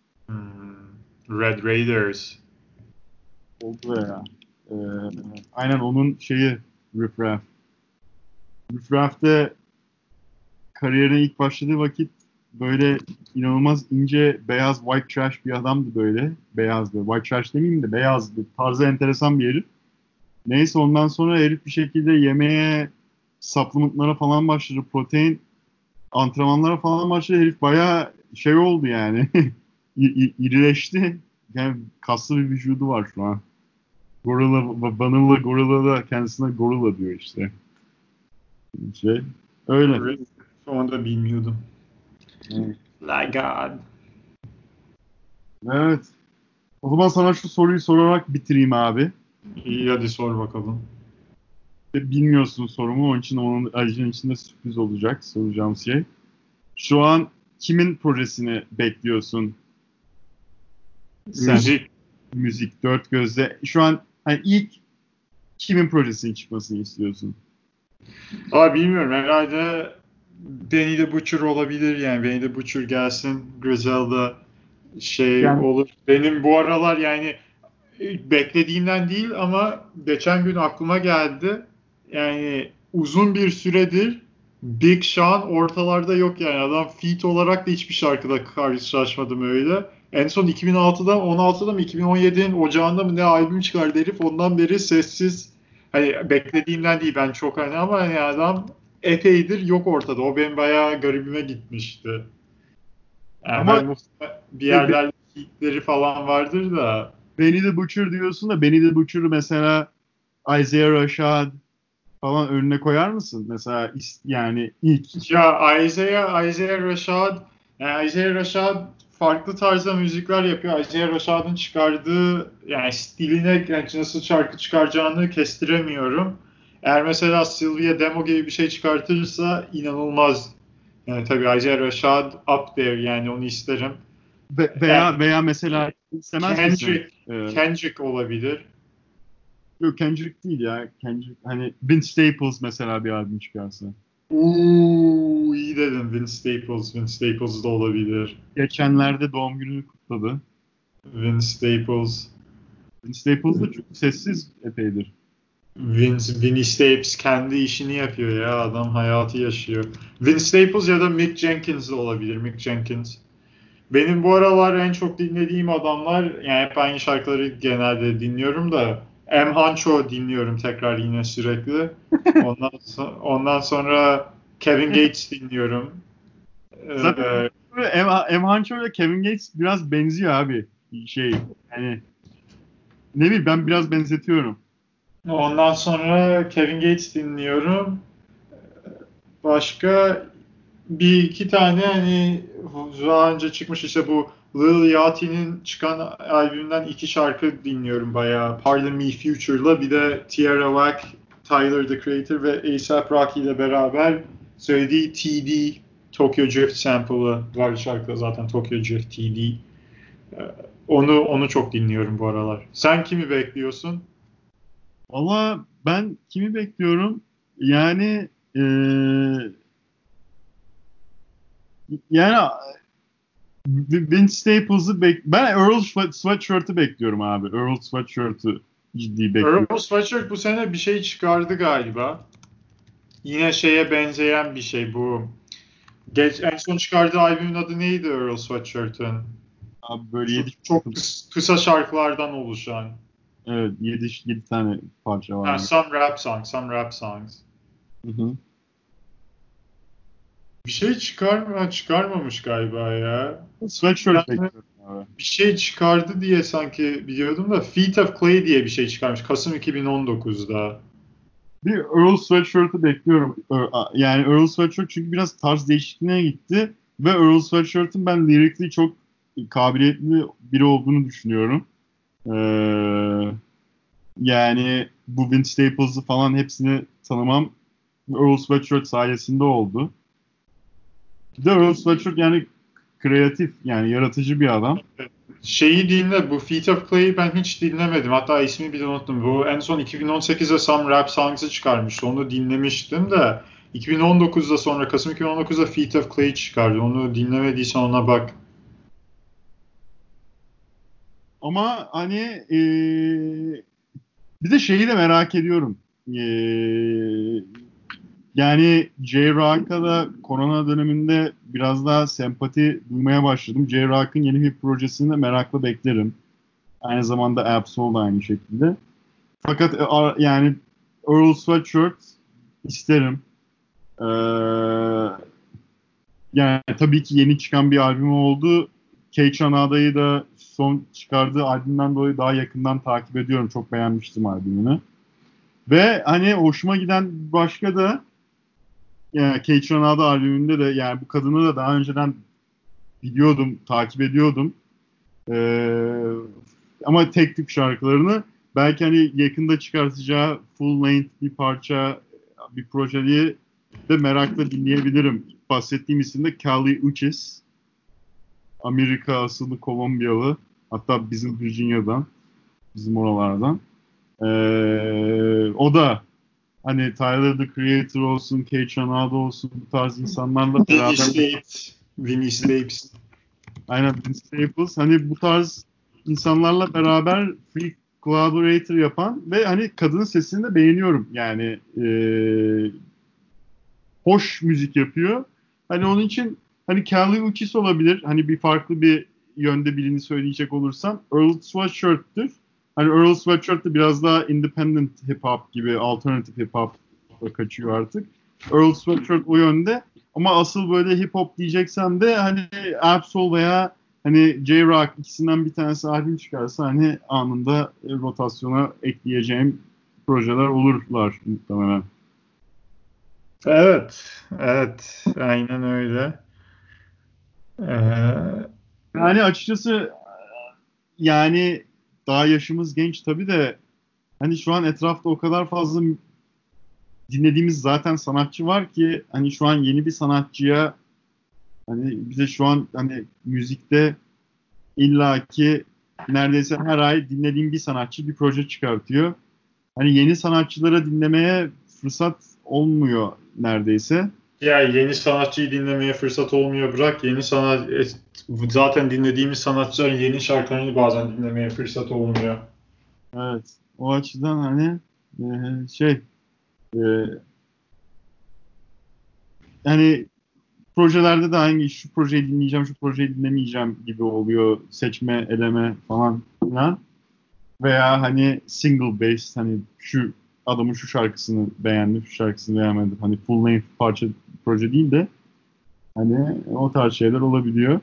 Red Raiders. Oldu ya. Aynen onun şeyi Riff Raff. Riff Raff'te kariyerine ilk başladığı vakit böyle inanılmaz ince, beyaz, white trash bir adamdı böyle. Beyazdı. White trash demeyeyim de beyazdı. Tarzı enteresan bir herif. Neyse ondan sonra herif bir şekilde yemeğe, supplementlara falan başladı. Protein antrenmanlara falan başladı. Herif bayağı şey oldu yani. İrileşti. Yani kaslı bir vücudu var şu an. Vanilla Gorilla da kendisine Gorilla diyor işte. Öyle. Onu da bilmiyordum. Evet. My God. Evet. O zaman sana şu soruyu sorarak bitireyim abi. İyi, hadi sor bakalım. Bilmiyorsun sorumu, onun için onun aracının içinde sürpriz olacak soracağım şey. Şu an kimin projesini bekliyorsun? Sen, müzik dört gözle. Şu an hani ilk kimin projesinin çıkmasını istiyorsun? Bilmiyorum, herhalde Benny the Butcher olabilir yani. Benny the Butcher gelsin, Griselda yani, olur. Benim bu aralar yani beklediğimden değil ama geçen gün aklıma geldi. Yani uzun bir süredir Big Sean ortalarda yok yani. Adam feat olarak da hiçbir şarkıda karşılaşmadım öyle. En son 16'da mı 2017'nin ocağında mı ne albüm çıkardı herif. Ondan beri sessiz. Hani beklediğimden değil, ben çok hani, ama hani adam epeydir yok ortada. O benim bayağı garibime gitmişti. Yani ama bir yerlerde featleri falan vardır da. Benny the Butcher diyorsun da Benny the Butcher'ı mesela Isaiah Rashad falan önüne koyar mısın? Mesela yani ilk. Ya Isaiah Rashad farklı tarzda müzikler yapıyor. Isaiah Rashad'ın çıkardığı yani stiline yani nasıl şarkı çıkaracağını kestiremiyorum. Eğer mesela Sylvia Demo gibi bir şey çıkartırsa inanılmaz. Yani tabii Isaiah Rashad up there, yani onu isterim. Veya mesela istemez misin? Kendrick olabilir. Yok, Kendrick değil ya. Kendrick, hani Vince Staples mesela bir albüm çıkarsa. İyi dedin. Vince Staples da olabilir. Geçenlerde doğum gününü kutladı. Vince Staples da çok sessiz epeydir. Vinny Staples kendi işini yapıyor ya. Adam hayatı yaşıyor. Vince Staples ya da Mick Jenkins de olabilir. Mick Jenkins. Benim bu aralar en çok dinlediğim adamlar, yani hep aynı şarkıları genelde dinliyorum da M. Huncho dinliyorum tekrar yine sürekli. Ondan sonra Kevin Gates dinliyorum. Zaten M. Huncho ile Kevin Gates biraz benziyor abi. Yani ne bileyim, ben biraz benzetiyorum. Ondan sonra Kevin Gates dinliyorum. Başka bir iki tane hani daha önce çıkmış işte bu Lil Yachty'nin çıkan albümünden 2 şarkı dinliyorum bayağı. Pardon Me Future'la bir de Tierra Whack, Tyler the Creator ve A$AP Rocky ile beraber söylediği TD, Tokyo Drift sample'ı var şarkıda zaten, Tokyo Drift TD. Onu çok dinliyorum bu aralar. Sen kimi bekliyorsun? Valla ben kimi bekliyorum? Yani yani Vince Staples'ı ben Earl Sweatshirt'ı bekliyorum abi. Earl Sweatshirt'ı ciddi bekliyorum. Earl Sweatshirt bu sene bir şey çıkardı galiba. Yine şeye benzeyen bir şey bu. En son çıkardığı albümün adı neydi Earl Sweatshirt'ın? Abi böyle Çok kısa şarkılardan oluşan. evet, 7 tane parça var. Ha, Some Rap Songs, Some Rap Songs. Hı hı. Bir şey çıkarmamış galiba ya. Sweatshirt Yani bekliyorum abi. bir şey çıkardı diye sanki biliyordum da Feet of Clay diye bir şey çıkarmış Kasım 2019'da. Bir Earl Sweatshirt'ı bekliyorum. Yani Earl Sweatshirt çünkü biraz tarz değişikliğine gitti. Ve Earl Sweatshirt'ın ben lyrically çok kabiliyetli biri olduğunu düşünüyorum. Yani bu Vince Staples'ı falan hepsini tanımam Earl Sweatshirt sayesinde oldu. Bir de Earl Sweatshirt yani kreatif, yani yaratıcı bir adam. Şeyi dinle, bu Feet of Clay'i ben hiç dinlemedim. Hatta ismi bile unuttum. Bu en son 2018'de Some Rap Songs'ı çıkarmıştı. Onu dinlemiştim de 2019'da sonra Kasım 2019'da Feet of Clay çıkardı. Onu dinlemediysen ona bak. Ama hani bir de şeyi de merak ediyorum. Yani J-Rock'a da korona döneminde biraz daha sempati duymaya başladım. J-Rock'ın yeni bir projesini de merakla beklerim. Aynı zamanda Absol da aynı şekilde. Fakat yani Earl Sweatshirt isterim. Ee, Yani tabii ki yeni çıkan bir albüm oldu. Keiichi Hanada'yı da son çıkardığı albümden dolayı daha yakından takip ediyorum. Çok beğenmiştim albümünü. Ve hani hoşuma giden başka da yani Keiichi Hanada albümünde de yani bu kadını da daha önceden biliyordum, takip ediyordum. Ee, Ama tek tük şarkılarını belki hani yakında çıkartacağı full length bir parça, bir projeliği de merakla dinleyebilirim. Bahsettiğim isim de Kali Uchis. Amerika asıllı Kolombiyalı. Hatta bizim Virginia'dan, bizim oralardan. O da hani Tyler the Creator olsun, Keiichi Hanada olsun bu tarz insanlarla Vinnie beraber Staples. Vinnie Staples. aynen Vince Staples hani bu tarz insanlarla beraber free collaborator yapan ve hani kadının sesini de beğeniyorum. Yani hoş müzik yapıyor. Hani onun için hani Kali Uchis olabilir. Hani bir farklı bir yönde birini söyleyecek olursam Earl Sweatshirt'tür. Hani Earl Sweatshirt de biraz daha independent hip hop gibi, alternative hip hop kaçıyor artık. Earl Sweatshirt o yönde. Ama asıl böyle hip hop diyeceksem de hani Absol veya hani J-Rock ikisinden bir tanesi albüm çıkarsa hani anında rotasyona ekleyeceğim projeler olurlar muhtemelen. Evet, evet, aynen öyle. Ee, Yani açıkçası yani daha yaşımız genç tabii de hani şu an etrafta o kadar fazla dinlediğimiz zaten sanatçı var ki hani şu an yeni bir sanatçıya hani bize şu an hani müzikte illaki neredeyse her ay dinlediğim bir sanatçı bir proje çıkartıyor. Hani yeni sanatçılara dinlemeye fırsat olmuyor neredeyse. Ya yeni sanatçıyı dinlemeye fırsat olmuyor, bırak yeni zaten dinlediğimiz sanatçıların yeni şarkılarını bazen dinlemeye fırsat olmuyor. Evet. O açıdan hani şey e, hani projelerde de hangi şu projeyi dinleyeceğim, şu projeyi dinlemeyeceğim gibi oluyor. Seçme, eleme falan filan. Veya hani single based hani şu adamın şu şarkısını beğendim, şu şarkısını beğenmedim. Hani full length parça proje değil de hani o tarz şeyler olabiliyor.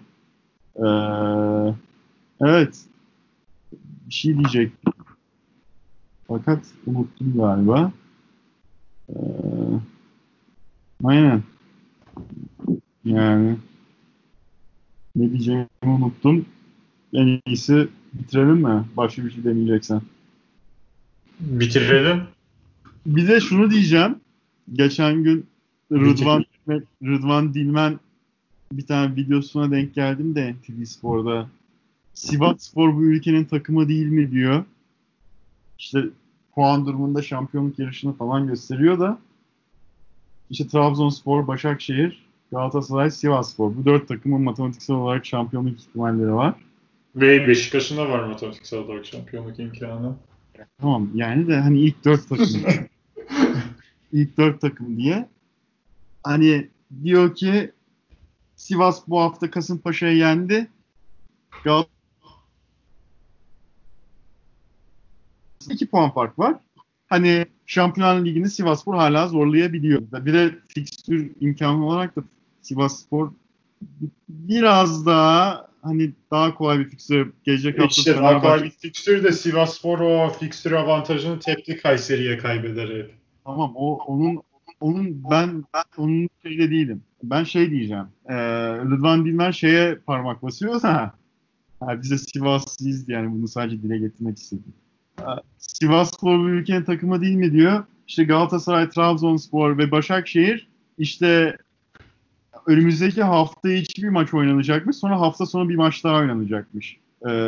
Evet, bir şey diyecek. Fakat unuttum galiba. Ee, aynen. Yani ne diyeceğimi unuttum. en iyisi bitirelim mi? Başka bir şey demeyeceksen. Bitirelim. Bir de şunu diyeceğim. Geçen gün Bitir. Rıdvan Dilmen bir tane videosuna denk geldim de NTV Spor'da. Sivasspor bu ülkenin takımı değil mi diyor. İşte puan durumunda şampiyonluk yarışını falan gösteriyor da işte Trabzonspor, Başakşehir, Galatasaray, Sivasspor. Bu 4 takımın matematiksel olarak şampiyonluk ihtimalleri var. Ve Beşiktaş'ın da var matematiksel olarak şampiyonluk imkanı. Tamam yani de hani ilk 4 takım. ilk 4 takım diye. Hani diyor ki Sivas bu hafta Kasımpaşa'yı yendi. Galatasaray 2 puan fark var. Hani Şampiyonlar Ligi'ni Sivasspor hala zorlayabiliyor. Bir de fikstür imkanı olarak da Sivasspor biraz daha hani daha kolay bir fikstür gelecek hafta İşte daha kolay bir fikstür de Sivasspor o fikstür avantajını tepti Kayseri'ye kaybeder hep. Tamam ben onun şeyde değilim. Ben şey diyeceğim. Rıdvan Dilmen şeye parmak basıyor da bize Sivaslıyız yani bunu sadece dile getirmek istedim. Sivasspor bu ülkenin takımı değil mi diyor. İşte Galatasaray, Trabzonspor ve Başakşehir işte önümüzdeki hafta içi bir maç oynanacakmış. Sonra hafta sonu bir maç daha oynanacakmış.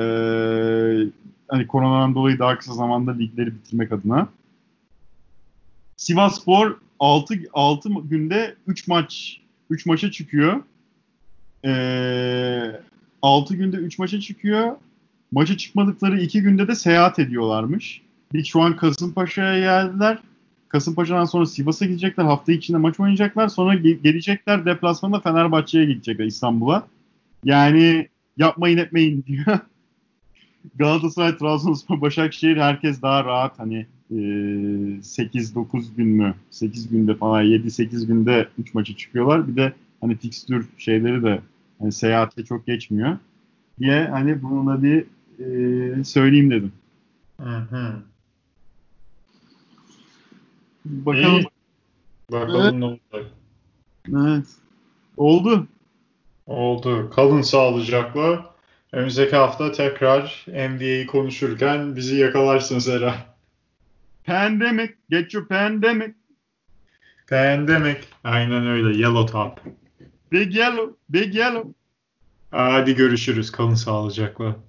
Hani koronadan dolayı daha kısa zamanda ligleri bitirmek adına. Sivasspor 6 günde 3 maça çıkıyor. 6 günde 3 maça çıkıyor. Maça çıkmadıkları 2 günde de seyahat ediyorlarmış. Şu an Kasımpaşa'ya geldiler. Kasımpaşa'dan sonra Sivas'a gidecekler. Hafta içinde maç oynayacaklar. Sonra gelecekler deplasmanda Fenerbahçe'ye gidecekler İstanbul'a. Yani yapmayın etmeyin diyor. Galatasaray, Trabzonspor, Başakşehir herkes daha rahat hani 8-9 gün mü? 8 günde falan 7-8 günde 3 maçı çıkıyorlar. Bir de hani fikstür şeyleri de hani seyahatte çok geçmiyor diye hani bununla bir söyleyeyim dedim. Hı. Bakalım. İyi. Bakalım ne olacak. Evet. Oldu. Oldu. Kalın sağlıcakla. Önümüzdeki hafta tekrar NBA'yi konuşurken bizi yakalarsınız herhalde. Pandemic. Get your pandemic. Pandemic. Aynen öyle. Yellow Top. Big yellow. Big yellow. Hadi görüşürüz. Kalın sağlıcakla.